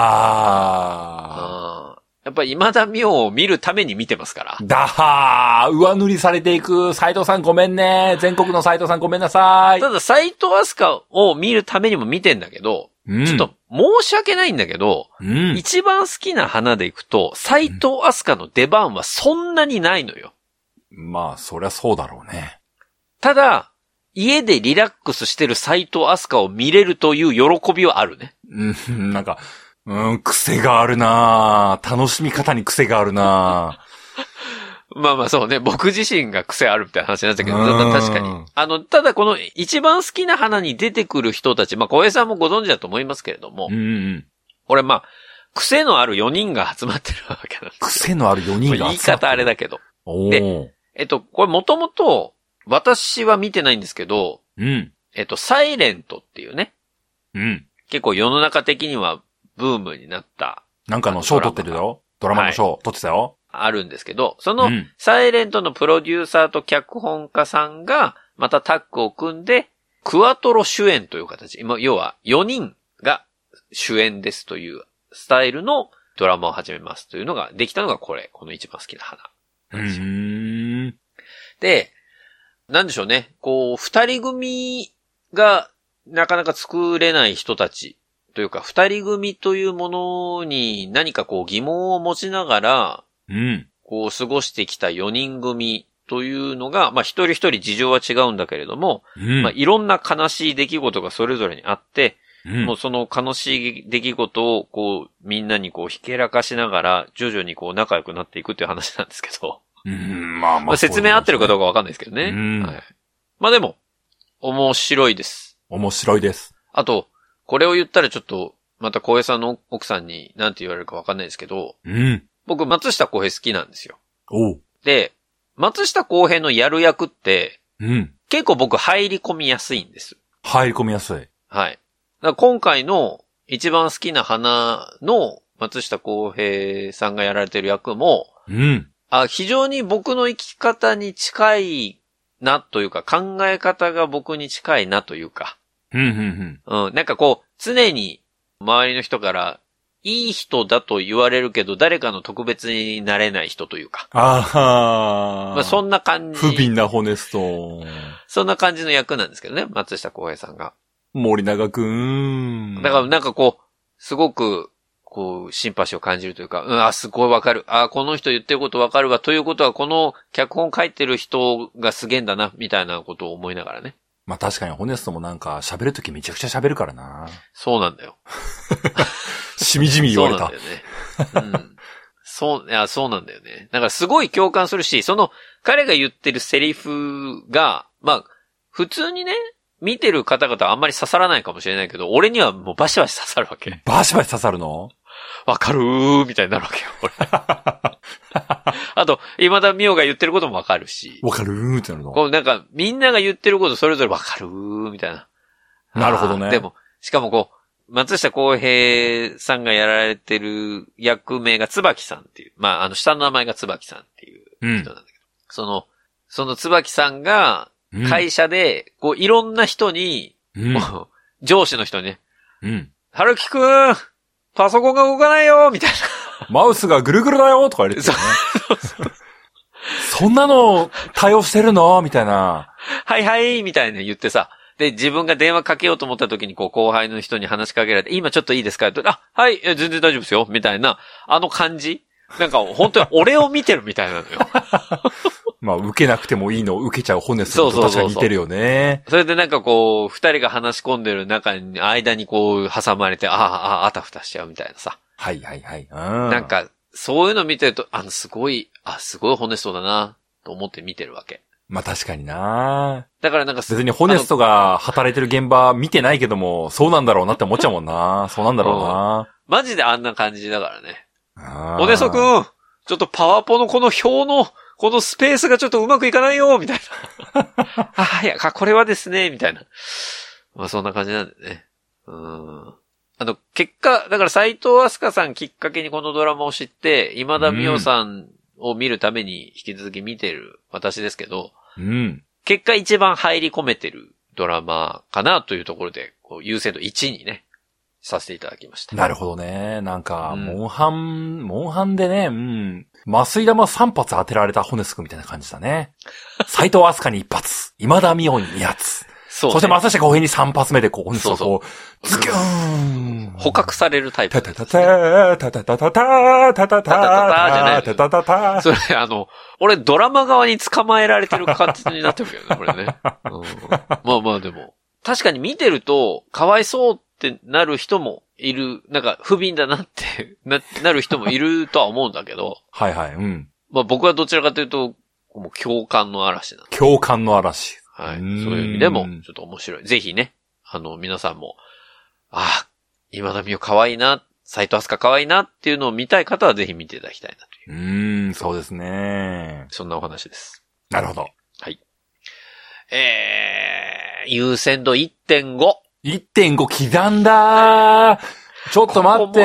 ー。 やっぱり今田美桜を見るために見てますから。 だはー。上塗りされていく。斉藤さんごめんね。全国の斉藤さんごめんなさい。 ただ斉藤飛鳥を見るためにも見てんだけど、うん、ちょっと申し訳ないんだけど、うん、一番好きな花でいくと、斉藤飛鳥の出番はそんなにないのよ。 まあ、そりゃそうだろうね。 ただ、家でリラックスしてる斉藤飛鳥を見れるという喜びはあるね。 うん、なんか、うん、癖があるなぁ。楽しみ方に癖があるなぁ。まあまあそうね。僕自身が癖あるみたいな話になったけど、確かに。あの、ただこの一番好きな花に出てくる人たち、まあ小平さんもご存知だと思いますけれども、 うんうん、 俺まあ、癖のあるよにんが集まってるわけなんですよ。 癖のあるよにんが集まってる。 言い方あれだけど。 おで、えっと、これもともと、私は見てないんですけど、 うん。 えっと、サイレントっていうね。 うん。 結構世の中的にはブームになった。 なんかの賞取ってるよ。ドラマの賞、はい、取ってたよ。 あるんですけど、その、サイレントのプロデューサーと脚本家さんが、またタッグを組んで、クワトロ主演という形。今、要はよにんが主演ですというスタイルのドラマを始めますというのが、できたのがこれ。この一番好きな花。 うーん。 で、なんでしょうね。こう、二人組がなかなか作れない人たちというか、二人組というものに何かこう疑問を持ちながら、 うん。 こう過ごしてきたよにん組というのが、まあ一人一人事情は違うんだけれども、 うん、 まあいろんな悲しい出来事がそれぞれにあって、 うん、 もうその悲しい出来事をこうみんなにこうひけらかしながら徐々にこう仲良くなっていくっていう話なんですけど。 うん、まあまあ、 まあ説明合ってるかどうかわかんないですけどね。 うん、 はい。まあでも、面白いです。 面白いです。 あと、これを言ったらちょっと、また小平さんの奥さんに何て言われるかわかんないですけど、 うん。 僕、松下洸平好きなんですよ。 おう。 で、松下洸平のやる役って、 うん。 結構僕入り込みやすいんです。 入り込みやすい。 はい。だから今回の一番好きな花の松下洸平さんがやられてる役も、 うん。 あ、非常に僕の生き方に近いなというか、考え方が僕に近いなというか。 うん、うん、 うん。うん。なんかこう、常に周りの人から、いい人だと言われるけど、誰かの特別になれない人というか。 ああ。 まあそんな感じ。 不憫なホネスト。 そんな感じの役なんですけどね、松下洸平さんが。 森永くん。 だからなんかこう、すごく、こう、シンパシーを感じるというか、うん、あ、すごいわかる。あ、この人言ってることわかるわ。ということは、この脚本書いてる人がすげえんだな、みたいなことを思いながらね。 まあ確かにホネストもなんか喋るときめちゃくちゃ喋るからな。 そうなんだよ。 しみじみ言われた。 そうなんだよね。うん。そう、いや、そうなんだよね。だからすごい共感するし、その彼が言ってるセリフが、まあ、普通にね、見てる方々はあんまり刺さらないかもしれないけど、俺にはもうバシバシ刺さるわけ。 バシバシ刺さるの？ わかるーみたいになるわけよ、俺。あと、今田美桜が言ってることもわかるし。 わかるーってなるの？ こうなんか、みんなが言ってることそれぞれわかるーみたいな。 なるほどね。 でも、しかもこう、松下洸平さんがやられてる役名が椿さんっていう、まあ、あの、下の名前が椿さんっていう人なんだけど、うん、その、その椿さんが、会社で、こう、いろんな人に、うん、上司の人にね、 うん。 春樹くん、パソコンが動かないよみたいな。 マウスがぐるぐるだよとか言ってたね。そうそうそんなの対応してるのみたいな。 はいはいみたいな言ってさ。で、自分が電話かけようと思った時に、こう、後輩の人に話しかけられて、今ちょっといいですかって、あ、はい、全然大丈夫ですよみたいな、あの感じなんか、本当に俺を見てるみたいなのよ。 まあ、受けなくてもいいのを受けちゃうホネストと確かに似てるよね。 それでなんかこう、二人が話し込んでる中に、間にこう、挟まれて、ああ、ああ、あたふたしちゃうみたいなさ。 はいはいはい。うん、 なんか、そういうの見てると、あの、すごい、あ、すごいホネストだな、と思って見てるわけ。 まあ確かにな。 だからなんか、 別にホネストが働いてる現場見てないけども、そうなんだろうなって思っちゃうもんな。そうなんだろうな。 マジであんな感じだからね。ホネストくん、ちょっとパワポのこの表の、このスペースがちょっとうまくいかないよみたいな。ああ、いや、これはですね、みたいな。まあそんな感じなんでね。うん。あの、結果、だから斎藤飛鳥さんきっかけにこのドラマを知って、今田美桜さんを見るために引き続き見てる私ですけど、 うん。 結果一番入り込めてるドラマかなというところで、こう優先度いちにね、させていただきました。 なるほどね。なんか、うん、モンハン、モンハンでね、うん。麻酔玉さん発当てられたホネスクみたいな感じだね。斎藤飛鳥にいち発、今田美桜にに発。そう、ね。そして松下洸平にさん発目でこう、ホネスクをこう、ズキューン捕獲されるタイプ、ね。 タタタタタタタタタタタタタタじゃない。タタタタそれ、あの、俺ドラマ側に捕まえられてる感じになってるけどね、これね。うん、まあまあでも。確かに見てると、かわいそうってなる人もいる、なんか不憫だなってな、なる人もいるとは思うんだけど。 はいはい、うん。 まあ僕はどちらかというと、もう共感の嵐なんで。 共感の嵐。 はい。そういう意味でも、ちょっと面白い。ぜひね、あの、皆さんも、ああ、今田美桜可愛いな、斎藤飛鳥可愛いなっていうのを見たい方はぜひ見ていただきたいなという。 うーん、そうですね。 そんなお話です。 なるほど。 はい。えー、優先度 いってんご。 いってんご 刻んだー。ちょっと待って、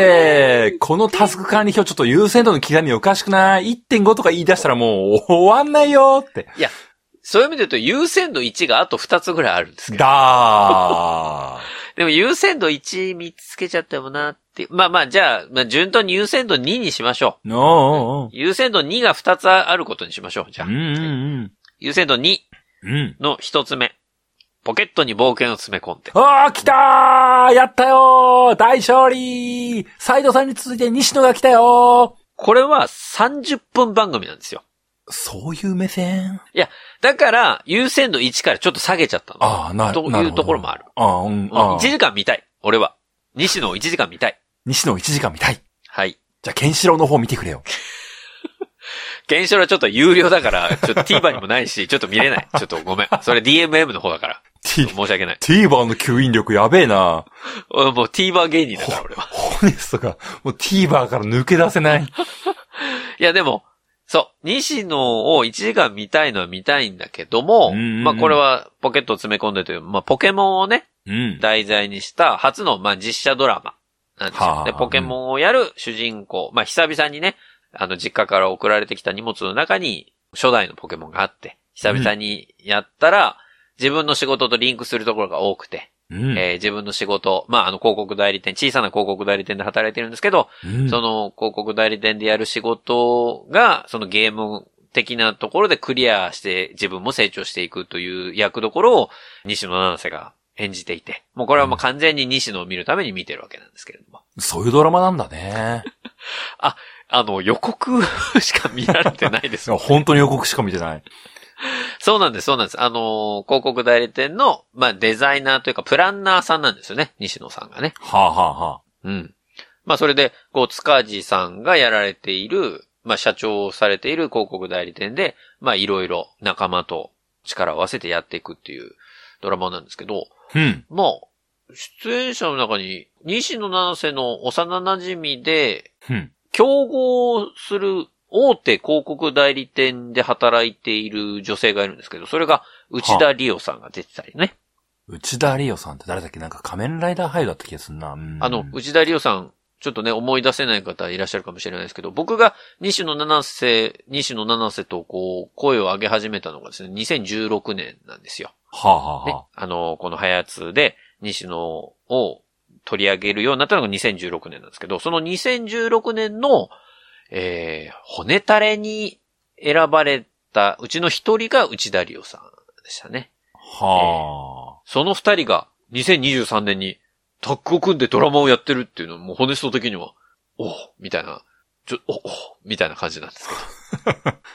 こ, このタスク管理表ちょっと優先度の刻みおかしくない ?いってんご とか言い出したらもう終わんないよって。 いや、そういう意味で言うと優先度いちがあとふたつぐらいあるんですけど。 だー。 でも優先度いち見つけちゃったもなっていう。まあまあじゃあ、まあ、順当に優先度ににしましょう。 おー優先度にがふたつあることにしましょう。じゃあ。 うんうんうん、 優先度にのひとつめ。ポケットに冒険を詰め込んで。 ああ、来たーやったよー大勝利斉藤さんに続いて西野が来たよーこれはさんじゅっぷん番組なんですよ。 そういう目線いや、だから、優先度いちからちょっと下げちゃったの。 ああ、なるほど。 というところもある。 ああ、うん。ああいちじかん見たい。俺は。西野をいちじかん見たい。 西野をいちじかん見たい。 はい。 じゃあ、ケンシロウの方見てくれよ。 ケンシロウはちょっと有料だから、ちょっと TVer にもないし、ちょっと見れない。ちょっとごめん。それ ディーエムエム の方だから。T、申し訳ない。 TVer の吸引力やべえな。 もう TVer 芸人だから俺は。 ホネストが、もう TVer から抜け出せない。 いやでも、そう、西野をいちじかん見たいのは見たいんだけども、うんうんうん、まあこれはポケットを詰め込んでという、まあポケモンをね、うん、題材にした初のまあ実写ドラマなんですよ。はあ、で、ポケモンをやる主人公、まあ久々にね、あの実家から送られてきた荷物の中に初代のポケモンがあって、久々にやったら、うん、自分の仕事とリンクするところが多くて、うんえー、自分の仕事、まあ、あの、広告代理店、小さな広告代理店で働いてるんですけど、うん、その広告代理店でやる仕事が、そのゲーム的なところでクリアして自分も成長していくという役どころを西野七瀬が演じていて、もうこれはもう完全に西野を見るために見てるわけなんですけれども。 そういうドラマなんだね。 あ、あの、予告しか見られてないですもんね。 本当に予告しか見てない。 そうなんです、そうなんです。あのー、広告代理店の、まあ、デザイナーというか、プランナーさんなんですよね。西野さんがね。 はあ、はあはあ、 うん。まあ、それで、こう、塚地さんがやられている、まあ、社長をされている広告代理店で、まあ、いろいろ仲間と力を合わせてやっていくっていうドラマなんですけど、 うん。 まあ、出演者の中に、西野七瀬の幼馴染で、 うん。 競合する、大手広告代理店で働いている女性がいるんですけど、それが内田理央さんが出てたりね。 内田理央さんって誰だっけ？なんか仮面ライダー俳優だった気がするな。うん、 あの、内田理央さん、ちょっとね、思い出せない方いらっしゃるかもしれないですけど、僕が西野七瀬、西野七瀬とこう、声を上げ始めたのがですね、にせんじゅうろくねんなんですよ。 はあ、はあはあ、 ね。あの、このハヤツで西野を取り上げるようになったのがにせんじゅうろくねんなんですけど、そのにせんじゅうろくねんのえー、骨タレに選ばれたうちの一人が内田理央さんでしたね。 はあ、 えー。その二人がにせんにじゅうさんねんにタッグを組んでドラマをやってるっていうのはもうホネスト的には、おみたいな、ちょ、おおみたいな感じなんですけど。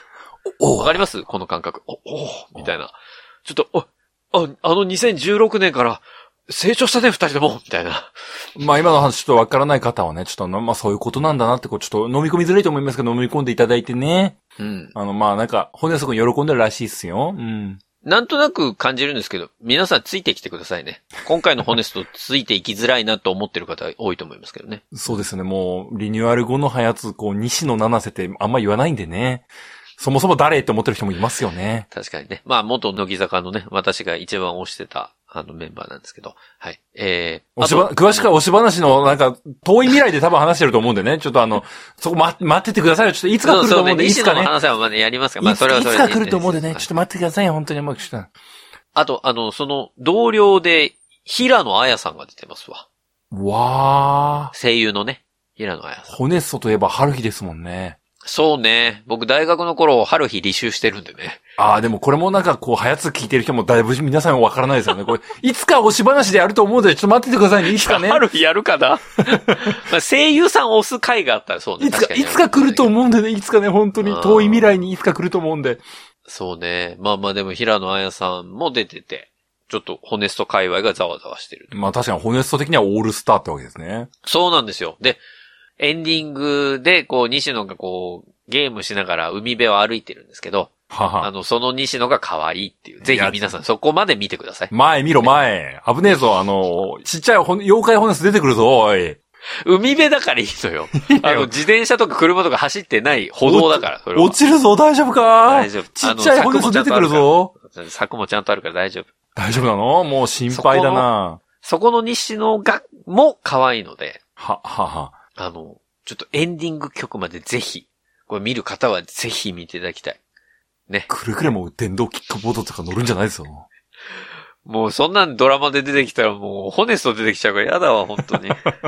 おわかりますこの感覚。お、おみたいな。ちょっと、お、あ、あのにせんじゅうろくねんから成長したね、二人ともみたいな。 まあ今の話ちょっとわからない方はね、ちょっとまあそういうことなんだなって、こうちょっと飲み込みづらいと思いますけど、飲み込んでいただいてね。うん。あの、まあなんか、骨すごい喜んでるらしいっすよ。うん。 なんとなく感じるんですけど、皆さんついてきてくださいね。今回のホネストついていきづらいなと思ってる方多いと思いますけどね。 そうですね。もう、リニューアル後のはやつ、こう、西野七瀬ってあんま言わないんでね。そもそも誰って思ってる人もいますよね。 確かにね。まあ、元乃木坂のね、私が一番推してた、あのメンバーなんですけど。はい。えー、 推しば、詳しくは推し話の、なんか、遠い未来で多分話してると思うんでね。ちょっとあの、そこ待、待っててくださいよ。ちょっといつか来ると思うんで、いつかね。 西野の話はまだやりますかまあ、それはそれで。 いつか来ると思うんでね。ちょっと待ってくださいよ。本当にもうちょっと。 あと、あの、その、同僚で、平野綾さんが出てますわ。 わー。 声優のね、平野綾さん。 ホネストといえば春日ですもんね。 そうね。僕大学の頃、春日履修してるんでね。 ああ、でもこれもなんかこう、はやつ聞いてる人もだいぶ皆さんわからないですよね。これ、いつか推し話でやると思うので、ちょっと待っててくださいね。いつかね。 春日やるかなまあ声優さん押す回があったらそうね。 いつか、いつか来ると思うんでね。いつかね、本当に遠い未来にいつか来ると思うんで。 そうね。まあまあでも平野綾さんも出てて、ちょっとホネスト界隈がざわざわしてる。 まあ確かにホネスト的にはオールスターってわけですね。 そうなんですよ。で、エンディングで、こう、西野がこう、ゲームしながら海辺を歩いてるんですけど、ははあの、その西野が可愛いっていう。ぜひ皆さんそこまで見てください。 前見ろ前。危ねえぞ、あの、ちっちゃい妖怪ホネスト出てくるぞ、おい。 海辺だからいいのよ。あの、自転車とか車とか走ってない歩道だから、それは。 落ちるぞ、大丈夫か大丈夫。 ちっちゃいホネスト出てくるぞ。 柵もちゃんとあるから大丈夫。 大丈夫なのもう心配だな。 そこの西野が、も可愛いので。 は、は、は。 あの、ちょっとエンディング曲までぜひ、これ見る方はぜひ見ていただきたい。ね。 くれぐれも電動キックボードとか乗るんじゃないですよ。 もうそんなんドラマで出てきたらもうホネスト出てきちゃうからやだわ、本当に。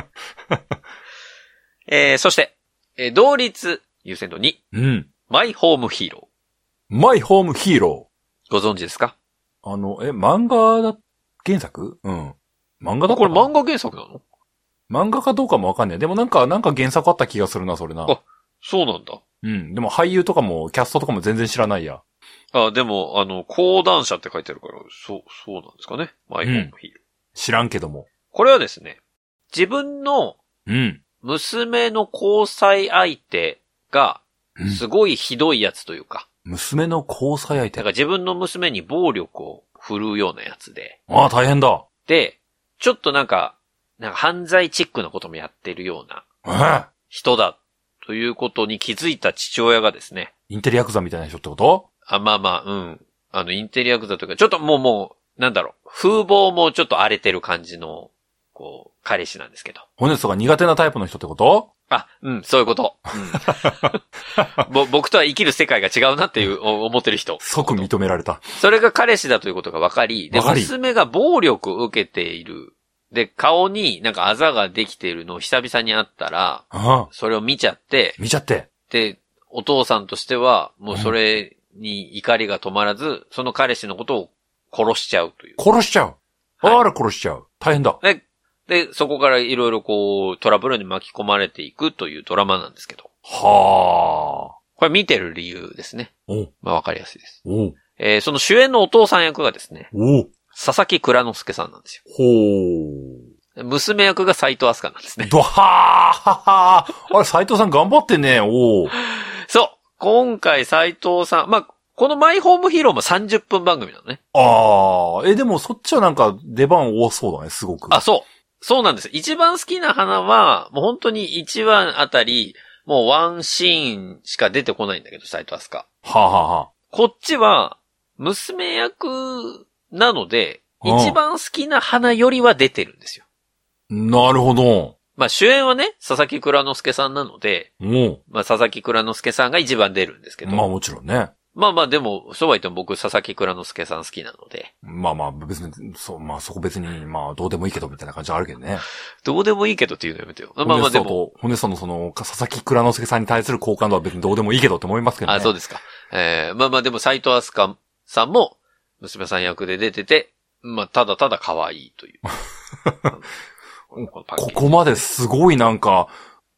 えー、そして、えー、同率優先度に。 うん。 マイホームヒーロー。マイホームヒーロー。ご存知ですか？ あの、え、漫画だ、原作？うん。漫画だったかな？ これ漫画原作なの？ 漫画かどうかもわかんない。でもなんか、なんか原作あった気がするな、それな。 あ、そうなんだ。 うん。でも俳優とかも、キャストとかも全然知らないや。 あ、でも、あの、講談社って書いてあるから、そう、そうなんですかね。マイホームヒーロー、うん。 知らんけども。 これはですね、自分の、 うん。 娘の交際相手が、すごいひどいやつというか。 うん、娘の交際相手？ だから自分の娘に暴力を振るうようなやつで。 ああ、大変だ。 で、ちょっとなんか、なんか犯罪チックなこともやってるような人だということに気づいた父親がですね。 インテリヤクザみたいな人ってこと？ あ、まあまあ、うん。あの、インテリヤクザというか、ちょっともうもう、なんだろう、風貌もちょっと荒れてる感じの、こう、彼氏なんですけど。 ホネストが苦手なタイプの人ってこと？ あ、うん、そういうこと。うん、ぼ僕とは生きる世界が違うなっていう思ってる人。 即認められた。 それが彼氏だということが分かり、で、娘が暴力を受けている。で、顔になんかあざができているのを久々に会ったら、 ああそれを見ちゃって、 見ちゃって。 で、お父さんとしては、もうそれに怒りが止まらず、うん、その彼氏のことを殺しちゃうという。 殺しちゃう。はい、あら殺しちゃう。大変だ。 で、で、そこからいろいろこう、トラブルに巻き込まれていくというドラマなんですけど。 はあ。 これ見てる理由ですね。 おまあわかりやすいです。 おえー、その主演のお父さん役がですね。 お佐々木蔵之介さんなんですよ。 ほう。娘役が斉藤飛鳥なんですね。 どはーははーあれ、斉藤さん頑張ってね、おそう。今回斉藤さん、まあ、このマイホームヒーローもさんじゅっぷん番組なのね。 ああ、え、でもそっちはなんか出番多そうだね、すごく。 あ、そう。そうなんです。一番好きな花は、もう本当にいちわあたり、もうワンシーンしか出てこないんだけど、斉藤飛鳥。 はあ、はあはあ、 こっちは、娘役なので、一番好きな花よりは出てるんですよ。 なるほど。 まあ主演はね、佐々木蔵之介さんなので、まあ佐々木蔵之介さんが一番出るんですけど。 まあもちろんね。 まあまあでも、そうは言っても僕、佐々木蔵之介さん好きなので。 まあまあ別に、そう、まあそこ別に、まあどうでもいいけどみたいな感じはあるけどね。 どうでもいいけどっていうのやめてよ。まあまあでも。 ホネストのその、佐々木蔵之介さんに対する好感度は別にどうでもいいけどって思いますけどね。 あ、そうですか。えー、まあまあでも斉藤飛鳥さんも、娘さん役で出てて、まあただただ可愛いという。 ここまですごいなんか、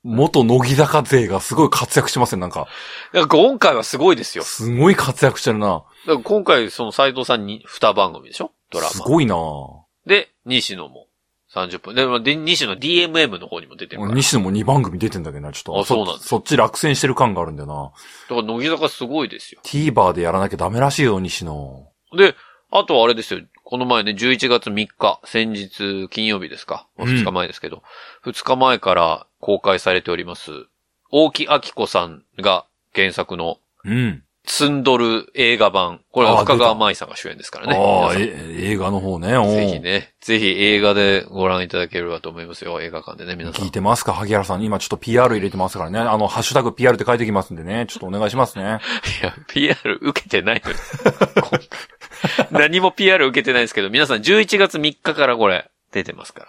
元乃木坂勢がすごい活躍してますね、なんか。 だから今回はすごいですよ。 すごい活躍してるな。 だから今回、その斉藤さんにに番組でしょドラマ。 すごいな。 で、西野もさんじゅっぷん。で、で西野 ディーエムエム の方にも出てるから。 西野もに番組出てんだけどな、ちょっと。 あ、そうなんです。 そっち落選してる感があるんだよな。 だから乃木坂すごいですよ。 TVer でやらなきゃダメらしいよ、西野。 で、あとはあれですよ。この前ね、じゅういちがつみっか、先日金曜日ですか。ふつかまえですけど、うん、ふつかまえから公開されております。大木明子さんが原作の、 うん。 ツンドル映画版。これは深川舞さんが主演ですからね。 ああ、映画の方ね。 ぜひね、ぜひ映画でご覧いただければと思いますよ。映画館でね、皆さん。 聞いてますか萩原さん。今ちょっと ピーアール 入れてますからね。あの、ハッシュタグ ピーアール って書いてきますんでね。ちょっとお願いしますね。 いや、ピーアール 受けてないのに。何も ピーアール 受けてないですけど、皆さんじゅういちがつみっかからこれ出てますから。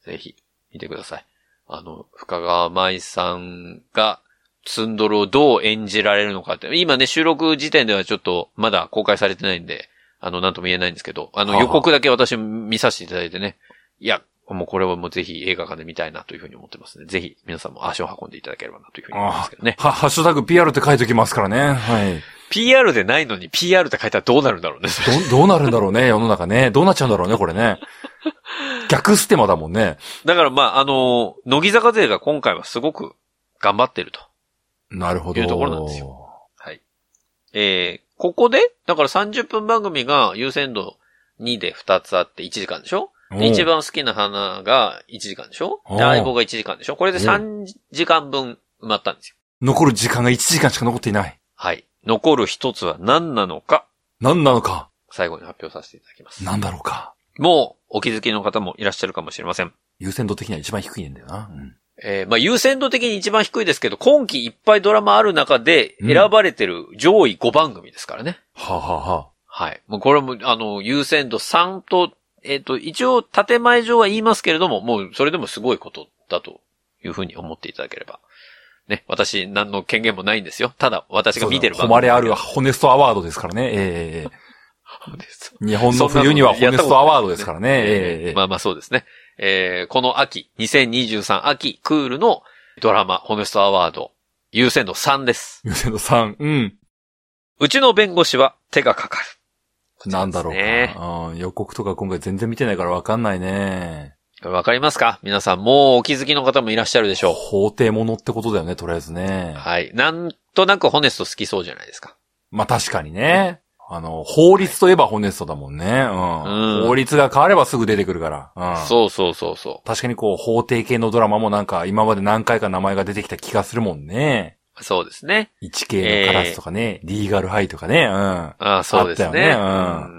ぜひ見てください。あの、深川舞さんが、ツンドルをどう演じられるのかって。今ね、収録時点ではちょっとまだ公開されてないんで、あの、なんとも言えないんですけど、あの、予告だけ私見させていただいてね。いや、もうこれはもうぜひ映画館で見たいなというふうに思ってますね。ぜひ皆さんも足を運んでいただければなというふうに思いますけどね。 は、ハッシュタグ ピーアール って書いておきますからね。はい。 ピーアール でないのに ピーアール って書いたらどうなるんだろうね。 ど、どうなるんだろうね、世の中ね。どうなっちゃうんだろうね、これね。逆ステマだもんね。 だからまあ、あの、乃木坂勢が今回はすごく頑張ってると。 なるほど。 いうところなんですよ。はい。えー、ここで、だからさんじゅっぷん番組が優先度にでふたつあっていちじかんでしょで一番好きな花がいちじかんでしょで相棒がいちじかんでしょこれでさんじかんぶん埋まったんですよ。 残る時間がいちじかんしか残っていない。 はい。残る一つは何なのか。 何なのか。 最後に発表させていただきます。 何だろうか。 もうお気づきの方もいらっしゃるかもしれません。 優先度的には一番低いんだよな。うんえー、まあ、優先度的に一番低いですけど、今期いっぱいドラマある中で選ばれてる上位ごばん組ですからね。 はあ、はあはあ、 はい。もうこれも、あの、優先度さんと、えっと、一応、建前上は言いますけれども、もう、それでもすごいことだというふうに思っていただければ。ね。私、何の権限もないんですよ。ただ、私が見てる番組。 誉れあるホネストアワードですからね。ええー。日本の冬にはホネストアワードですからね。ええー、まあまあそうですね。えー、この秋、にせんにじゅうさん秋クールのドラマ、ホネストアワード、優先度さんです。 優先度さん、うん。 うちの弁護士は手がかかる。 なんだろうか、うん。予告とか今回全然見てないからわかんないね。 わかりますか皆さん、もうお気づきの方もいらっしゃるでしょう。 法廷ものってことだよね、とりあえずね。 はい。なんとなくホネスト好きそうじゃないですか。 まあ確かにね。あの、法律といえばホネストだもんね。うん。うん、法律が変わればすぐ出てくるから。うん。 そうそうそうそう。 確かにこう、法廷系のドラマもなんか、今まで何回か名前が出てきた気がするもんね。 そうですね。 いちケーのカラスとかね、えー、リーガルハイとかね。うん。 ああ、そうですね。 あったよね。うん。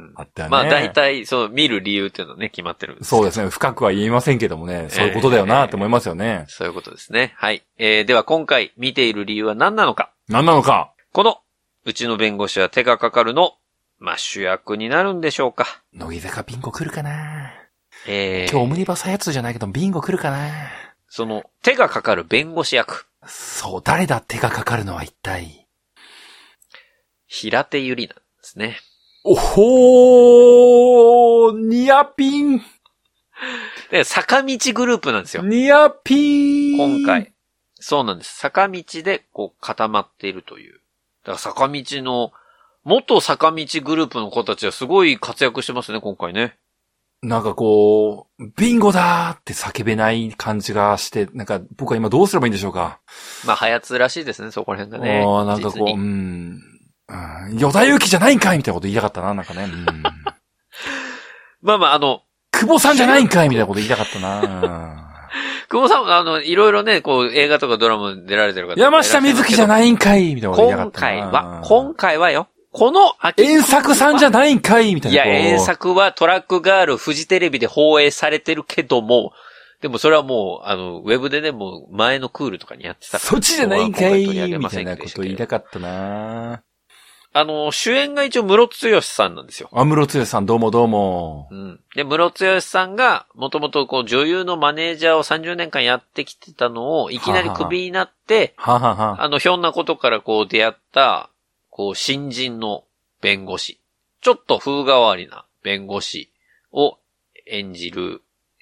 あったよね。 まあ大体、そう、見る理由っていうのはね、決まってるんですそうですね。深くは言いませんけどもね。そういうことだよなって思いますよね、 えー。そういうことですね。はい。えー、では今回見ている理由は何なのか。 何なのか。 この、うちの弁護士は手がかかるの、まあ、主役になるんでしょうか。 乃木坂ビンゴ来るかなえー、 今日オムニバスやつじゃないけどビンゴ来るかなその、手がかかる弁護士役。 そう、誰だ手がかかるのは一体。 平手ゆりなんですね。 おほーニアピンで、坂道グループなんですよ。 ニアピン今回。そうなんです。坂道で、こう、固まっているという。だから坂道の、元坂道グループの子たちはすごい活躍してますね、今回ね。 なんかこう、ビンゴだーって叫べない感じがして、なんか僕は今どうすればいいんでしょうか。 まあ、はやつらしいですね、そこら辺がね。 ああ、なんかこう、うん。与田祐希じゃないんかいみたいなこと言いたかったな、なんかね。うん、 まあまあ、あの、 久保さんじゃないんかいみたいなこと言いたかったな。 久保さん、あの、いろいろね、こう、映画とかドラマに出られてる方。 山下美月じゃないんかいみたいなこと言いたかったな。 今回は、今回はよ。この秋。 遠作さんじゃないんかいみたいな。 いや、遠作はトラックガール、フジテレビで放映されてるけども、でもそれはもう、あの、ウェブでね、もう前のクールとかにやってたから。 そっちじゃないんかいみたいなこと言いたかったな。 あの、主演が一応、室津義さんなんですよ。 あ、室津義さん、どうもどうも。 うん。で、室津義さんが、もともとこう、女優のマネージャーをさんじゅうねんかんやってきてたのを、いきなりクビになって、 はははあの、ひょんなことからこう、出会った、こう、新人の弁護士。ちょっと風変わりな弁護士を演じる、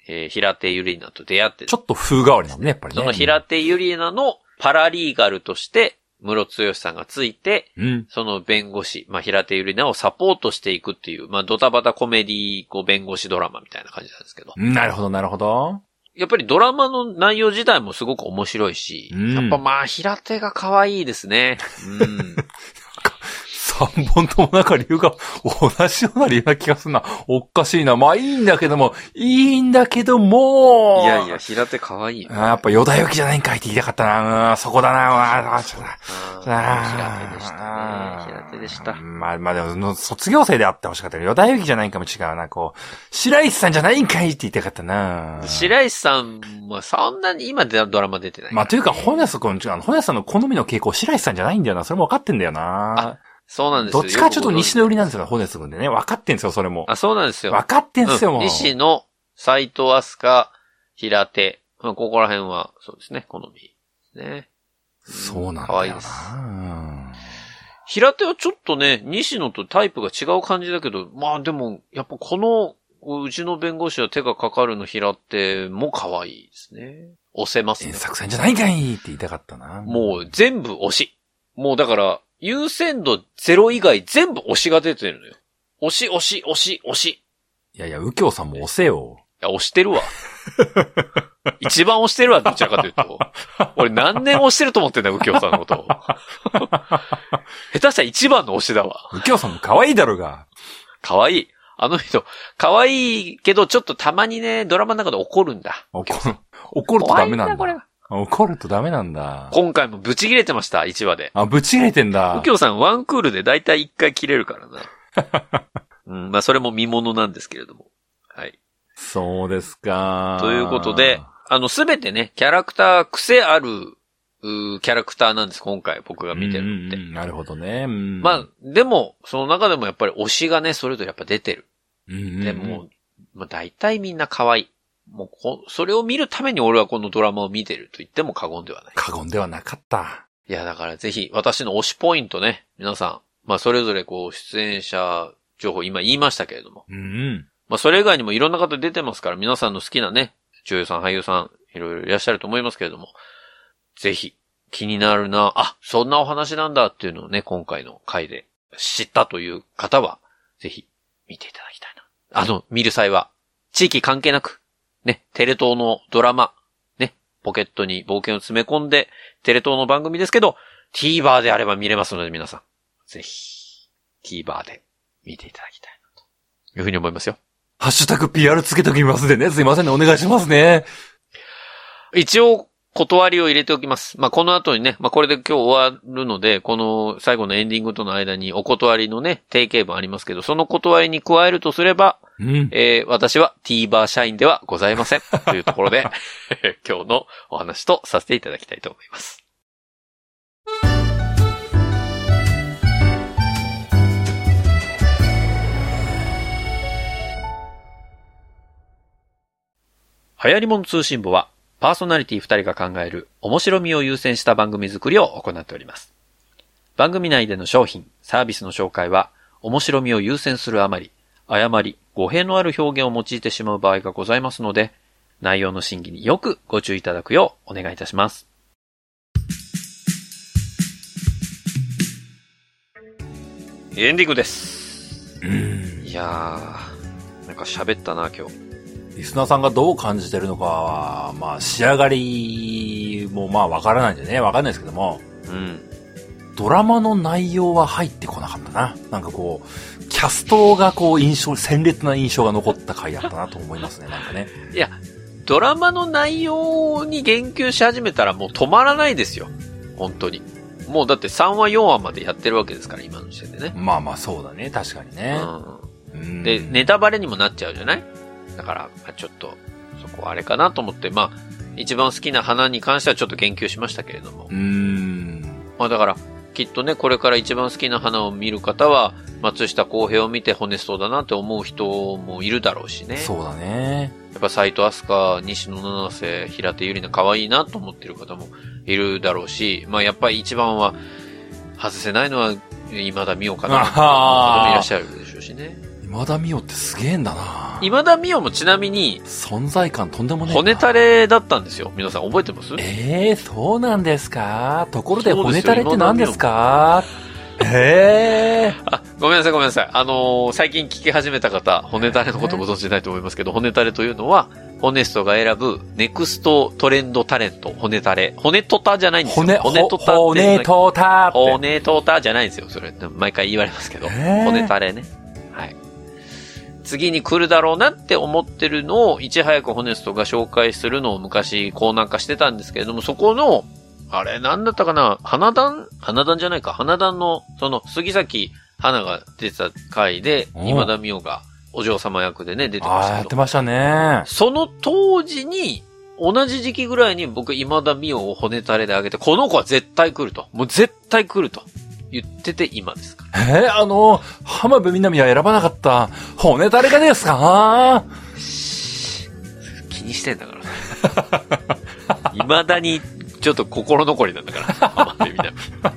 えー、平手ゆりなと出会って、 ちょっと風変わりなんね、やっぱりね。 その平手ゆりなのパラリーガルとして、室津義さんがついて、 うん、その弁護士、まあ、平手ゆりなをサポートしていくっていう、まあ、ドタバタコメディこう弁護士ドラマみたいな感じなんですけど。 なるほど、なるほど。 やっぱりドラマの内容自体もすごく面白いし、うん、やっぱまあ、平手が可愛いですね。うん。 三本ともなんか理由が同じような理由な気がするな。おかしいな。まあいいんだけども、いいんだけども。 いやいや、平手可愛いよ、ね。 やっぱ与田由紀じゃないんかいって言いたかったな。うん、そこだな。あ、ちょっと。 平手でしたね。平手でした。 まあまあでも、卒業生であってほしかったけど、与田由紀じゃないんかも違うな。こう、白石さんじゃないんかいって言いたかったな。 白石さんはそんなに今でドラマ出てない、ね。 まあというか、本安君、本安さんの好みの傾向、白石さんじゃないんだよな。それも分かってんだよな。 そうなんですよ。 どっちかちょっと西の寄りなんですよ、ホネス君でね。分かってんですよ、それも。 あ、そうなんですよ。 分かってんすよ、もう。 西の斎藤飛鳥、平手。ここら辺は、そうですね、好みですね。 そうなんだよな。 可愛いです。平手はちょっとね、西野とタイプが違う感じだけど、まあでも、やっぱこの、うちの弁護士は手がかかるの平手も可愛いですね。押せますね。 原作戦じゃないんかいって言いたかったな。 もう全部押し。もうだから、優先度ゼロ以外全部押しが出てるのよ。押し、押し、押し、押し。 いやいや、右京さんも押せよ。 いや、押してるわ。一番押してるわ、どちらかというと。俺何年押してると思ってんだよ、右京さんのことを。下手したら一番の押しだわ。 右京さんも可愛いだろうが。 可愛い。あの人、可愛いけど、ちょっとたまにね、ドラマの中で怒るんだ。 怒る、怒るとダメなんだ。これ怒るとダメなんだ。 今回もブチ切れてました、いちわで。 あ、ブチ切れてんだ。 右京さんワンクールでだいたいいっかい切れるからな。うん、まあそれも見物なんですけれども。はい。 そうですか。 ということで、あのすべてね、キャラクター、癖ある、うキャラクターなんです、今回僕が見てるのって。 うんうん、なるほどね。うん、 まあ、でも、その中でもやっぱり推しがね、それぞれやっぱ出てる。 うんうんうん、 でも、まあ大体みんな可愛い。もうこ、それを見るために俺はこのドラマを見てると言っても過言ではない。 過言ではなかった。 いや、だからぜひ、私の推しポイントね、皆さん、まあそれぞれこう、出演者情報今言いましたけれども。 うんうん。 まあそれ以外にもいろんな方出てますから、皆さんの好きなね、女優さん、俳優さん、いろいろいらっしゃると思いますけれども、ぜひ、気になるな、あ、そんなお話なんだっていうのをね、今回の回で知ったという方は、ぜひ、見ていただきたいな。あの、見る際は、地域関係なく、ね、テレ東のドラマ、ね、ポケットに冒険を詰め込んで、テレ東の番組ですけど、TVer であれば見れますので皆さん、ぜひ、TVer で見ていただきたいな、というふうに思いますよ。 ハッシュタグ ピーアール つけときますでね、すいませんね、お願いしますね。 一応、断りを入れておきます。まあ、この後にね、まあ、これで今日終わるので、この最後のエンディングとの間にお断りのね、定型文ありますけど、その断りに加えるとすれば、うん、えー、私は TVer 社員ではございません。というところで、今日のお話とさせていただきたいと思います。流行り物通信簿は、パーソナリティふたりが考える面白みを優先した番組作りを行っております。番組内での商品、サービスの紹介は、面白みを優先するあまり、誤り、語弊のある表現を用いてしまう場合がございますので、内容の審議によくご注意いただくようお願いいたします。エンディングです。 うーん。 いやー、なんか喋ったな、今日。 リスナーさんがどう感じてるのかは、まあ、仕上がりもまあ、わからないんでね、わかんないですけども。 うん。 ドラマの内容は入ってこなかったな。なんかこう、キャストがこう、印象、鮮烈な印象が残った回だったなと思いますね、なんかね。 いや、ドラマの内容に言及し始めたらもう止まらないですよ。本当に。もうだってさんわよんわまでやってるわけですから、今の時点でね。 まあまあ、そうだね、確かにね。 うん。で、ネタバレにもなっちゃうじゃない？だから、ちょっと、そこはあれかなと思って、まあ、一番好きな花に関してはちょっと言及しましたけれども。 うーん。 まあだから、きっとね、これから一番好きな花を見る方は、松下洸平を見てホネストだなって思う人もいるだろうしね。 そうだね。 やっぱ斎藤飛鳥、西野七瀬、平手友梨奈可愛いなと思ってる方もいるだろうし、まあやっぱり一番は、外せないのは今田美桜かなと思う方もいらっしゃるでしょうしね。 今田美桜ってすげえんだな。 今田美桜もちなみに、 存在感とんでもない。 骨垂れだったんですよ。皆さん覚えてます？ ええー、そうなんですか？ところで骨垂れって何ですか？ええー。 あ、ごめんなさいごめんなさい。あのー、最近聞き始めた方、骨垂れのことご存知ないと思いますけど、骨垂れというのは、ホネストが選ぶネクストトレンドタレント、骨垂れ。骨トタじゃないんですよ。 骨、 骨トタって。 骨トタって。 骨トタじゃないんですよ。それ、毎回言われますけど。骨垂れね。はい。次に来るだろうなって思ってるのを、いち早くホネストが紹介するのを昔コーナー化してたんですけれども、そこの、あれ、なんだったかな、花壇花壇じゃないか。花壇の、その、杉崎花が出てた回で、今田美桜がお嬢様役でね、出てましたけど。 ああ、やってましたね。 その当時に、同じ時期ぐらいに僕、今田美桜を骨垂れであげて、この子は絶対来ると。もう絶対来ると。言ってて今ですか。 えー、あの、浜辺美波は選ばなかった、骨垂れがですか？ 気にしてんだから。未だに、ちょっと心残りなんだから、浜辺美波。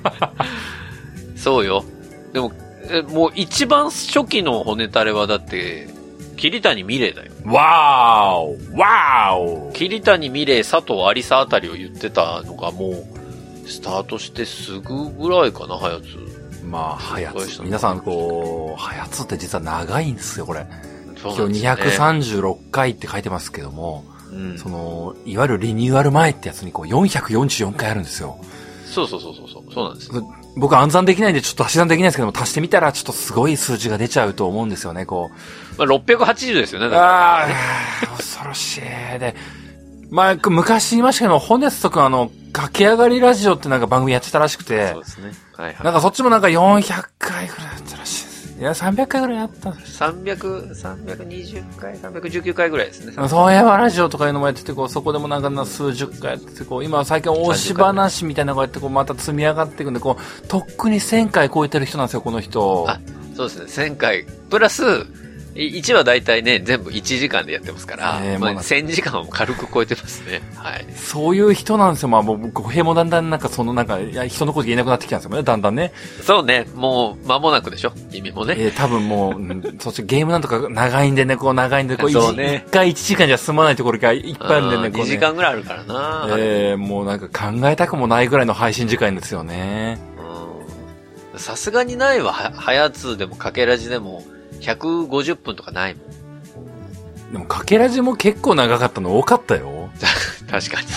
そうよ。でも、もう一番初期の骨垂れはだって、桐谷美玲だよ。 わーおわーお桐谷美玲、佐藤有沙あたりを言ってたのがもう、スタートしてすぐぐらいかな、はやつ。 まあ、はやつ。皆さん、こう、はやつって実は長いんですよ、これ。 そう今日にひゃくさんじゅうろっかいって書いてますけども、うん、その、いわゆるリニューアル前ってやつにこう、よんひゃくよんじゅうよんかいあるんですよ。 そうそうそうそうそう、そうなんです。 僕暗算できないんでちょっと足し算できないですけども、足してみたらちょっとすごい数字が出ちゃうと思うんですよね、こう。まあ、ろっぴゃくはちじゅうですよね、だからああ、恐ろしい。で、まあ、昔言いましたけど、ホネスト君あの、駆け上がりラジオってなんか番組やってたらしくて。 そうですね。はいはい。 なんかそっちもなんかよんひゃっかいぐらいあったらしいです。いや、さんびゃっかいぐらいあった。 さんびゃく、さんびゃくにじゅっかい、さんびゃくじゅうきゅうかいぐらいですね。 そういえばラジオとかいうのもやってて、こう、そこでもなんか数十回やってて、こう、今最近推し話みたいなのがやって、こう、また積み上がっていくんで、こう、とっくにせんかい超えてる人なんですよ、この人。 あ、そうですね。せんかい。プラス、いちはだいたいね、全部いちじかんでやってますから、えーまあ、せんじかんを軽く超えてますね。はい。 そういう人なんですよ。まあ、もう、語弊もだんだんなんかそのなんか、いや、人のこと言えなくなってきたんですよね、だんだんね。 そうね。もう、間もなくでしょ意味もね。 えー、多分もう、うん、そしてゲームなんとか長いんでね、こう長いんで、こう、 そうね。 いっかいいちじかんじゃ済まないところがいっぱいあるんでね、こうね。 にじかんぐらいあるからな。 えー、もうなんか考えたくもないぐらいの配信時間ですよね。 うん。さすがにないわ。は、はやつでも、かけらじでも、ひゃくごじゅっぷんとかないもん。 でも、かけらじも結構長かったの多かったよ。 確か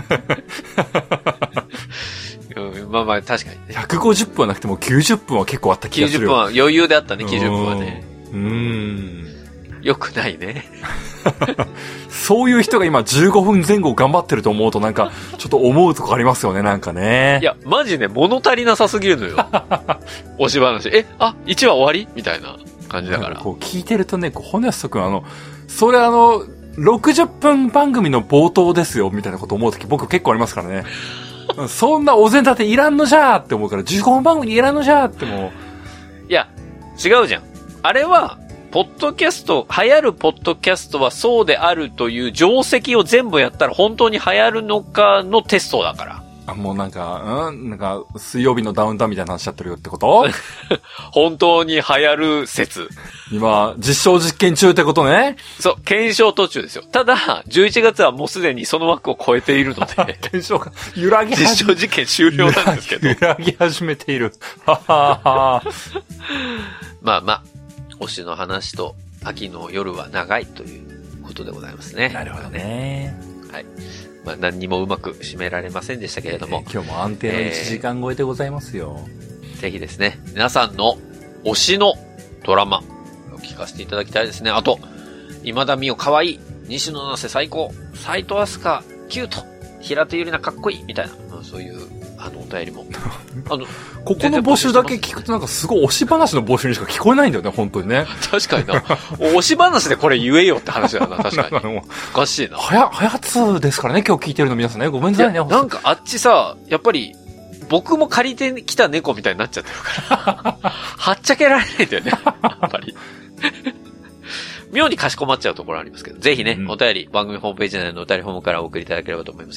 に。うん、まあまあ、確かにね。 ひゃくごじゅっぷんはなくてもきゅうじゅっぷんは結構あった気がする。 きゅうじゅっぷんは余裕であったね、きゅうじゅっぷんはね。 うーん。 よくないね。 そういう人が今じゅうごふんぜん後頑張ってると思うとなんか、ちょっと思うとこありますよね、なんかね。 いや、マジね、物足りなさすぎるのよ。推し話。え、あ、いちわ終わりみたいな感じだから。 こう聞いてるとね、こう、ホネスト君あの、それあの、ろくじゅっぷん番組の冒頭ですよ、みたいなこと思うとき僕結構ありますからね。そんなお膳立ていらんのじゃーって思うから、じゅうごふん番組いらんのじゃーってもう。いや、違うじゃん。あれは、ポッドキャスト、流行るポッドキャストはそうであるという定石を全部やったら本当に流行るのかのテストだから。 あ、もうなんか、うんなんか、水曜日のダウンタウンみたいな話しちゃってるよってこと本当に流行る説。 今、実証実験中ってことね。 そう、検証途中ですよ。ただ、じゅういちがつはもうすでにその枠を超えているので。 検証が揺らぎ始め実証実験終了なんですけど。 揺らぎ始めている。はははまあまあ、推しの話と秋の夜は長いということでございますね。 なるほどね。 はい。まあ何にもうまく締められませんでしたけれども。 えー、今日も安定のいちじかん超えでございますよ。 えー、ぜひですね、皆さんの推しのドラマを聞かせていただきたいですね。あと、今田美桜かわいい、西野七瀬最高、斉藤飛鳥キュート、平手友梨奈かっこいい、みたいな、そういう、あの、お便りも。あの、 ここの募集だけ聞くとなんかすごい推し話の募集にしか聞こえないんだよね、本当にね。 確かにな。推し話でこれ言えよって話だよな、確かに。おかしいな。 はや、はやつですからね、今日聞いてるの皆さんね。ごめんなさいね。 いなんかあっちさ、やっぱり、僕も借りてきた猫みたいになっちゃってるから、はっちゃけられないんだよね、やっぱり。妙にかしこまっちゃうところありますけど、ぜひね、うん、お便り、番組ホームページ内のお便りフォームからお送りいただければと思いますよ。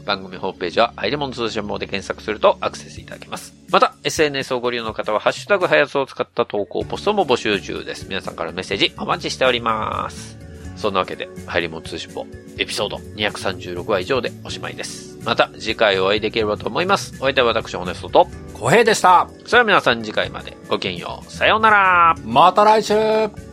番組ホームページはハイレモン通信簿で検索するとアクセスいただけます。また、エスエヌエス をご利用の方は、ハッシュタグハヤツを使った投稿ポストも募集中です。皆さんからのメッセージお待ちしております。そんなわけで、ハイレモン通信簿エピソードにひゃくさんじゅうろくわ以上でおしまいです。また次回お会いできればと思います。お相手は私、ホネストと小平でした。 それでは皆さん次回までごきげんよう。さようなら。 また来週。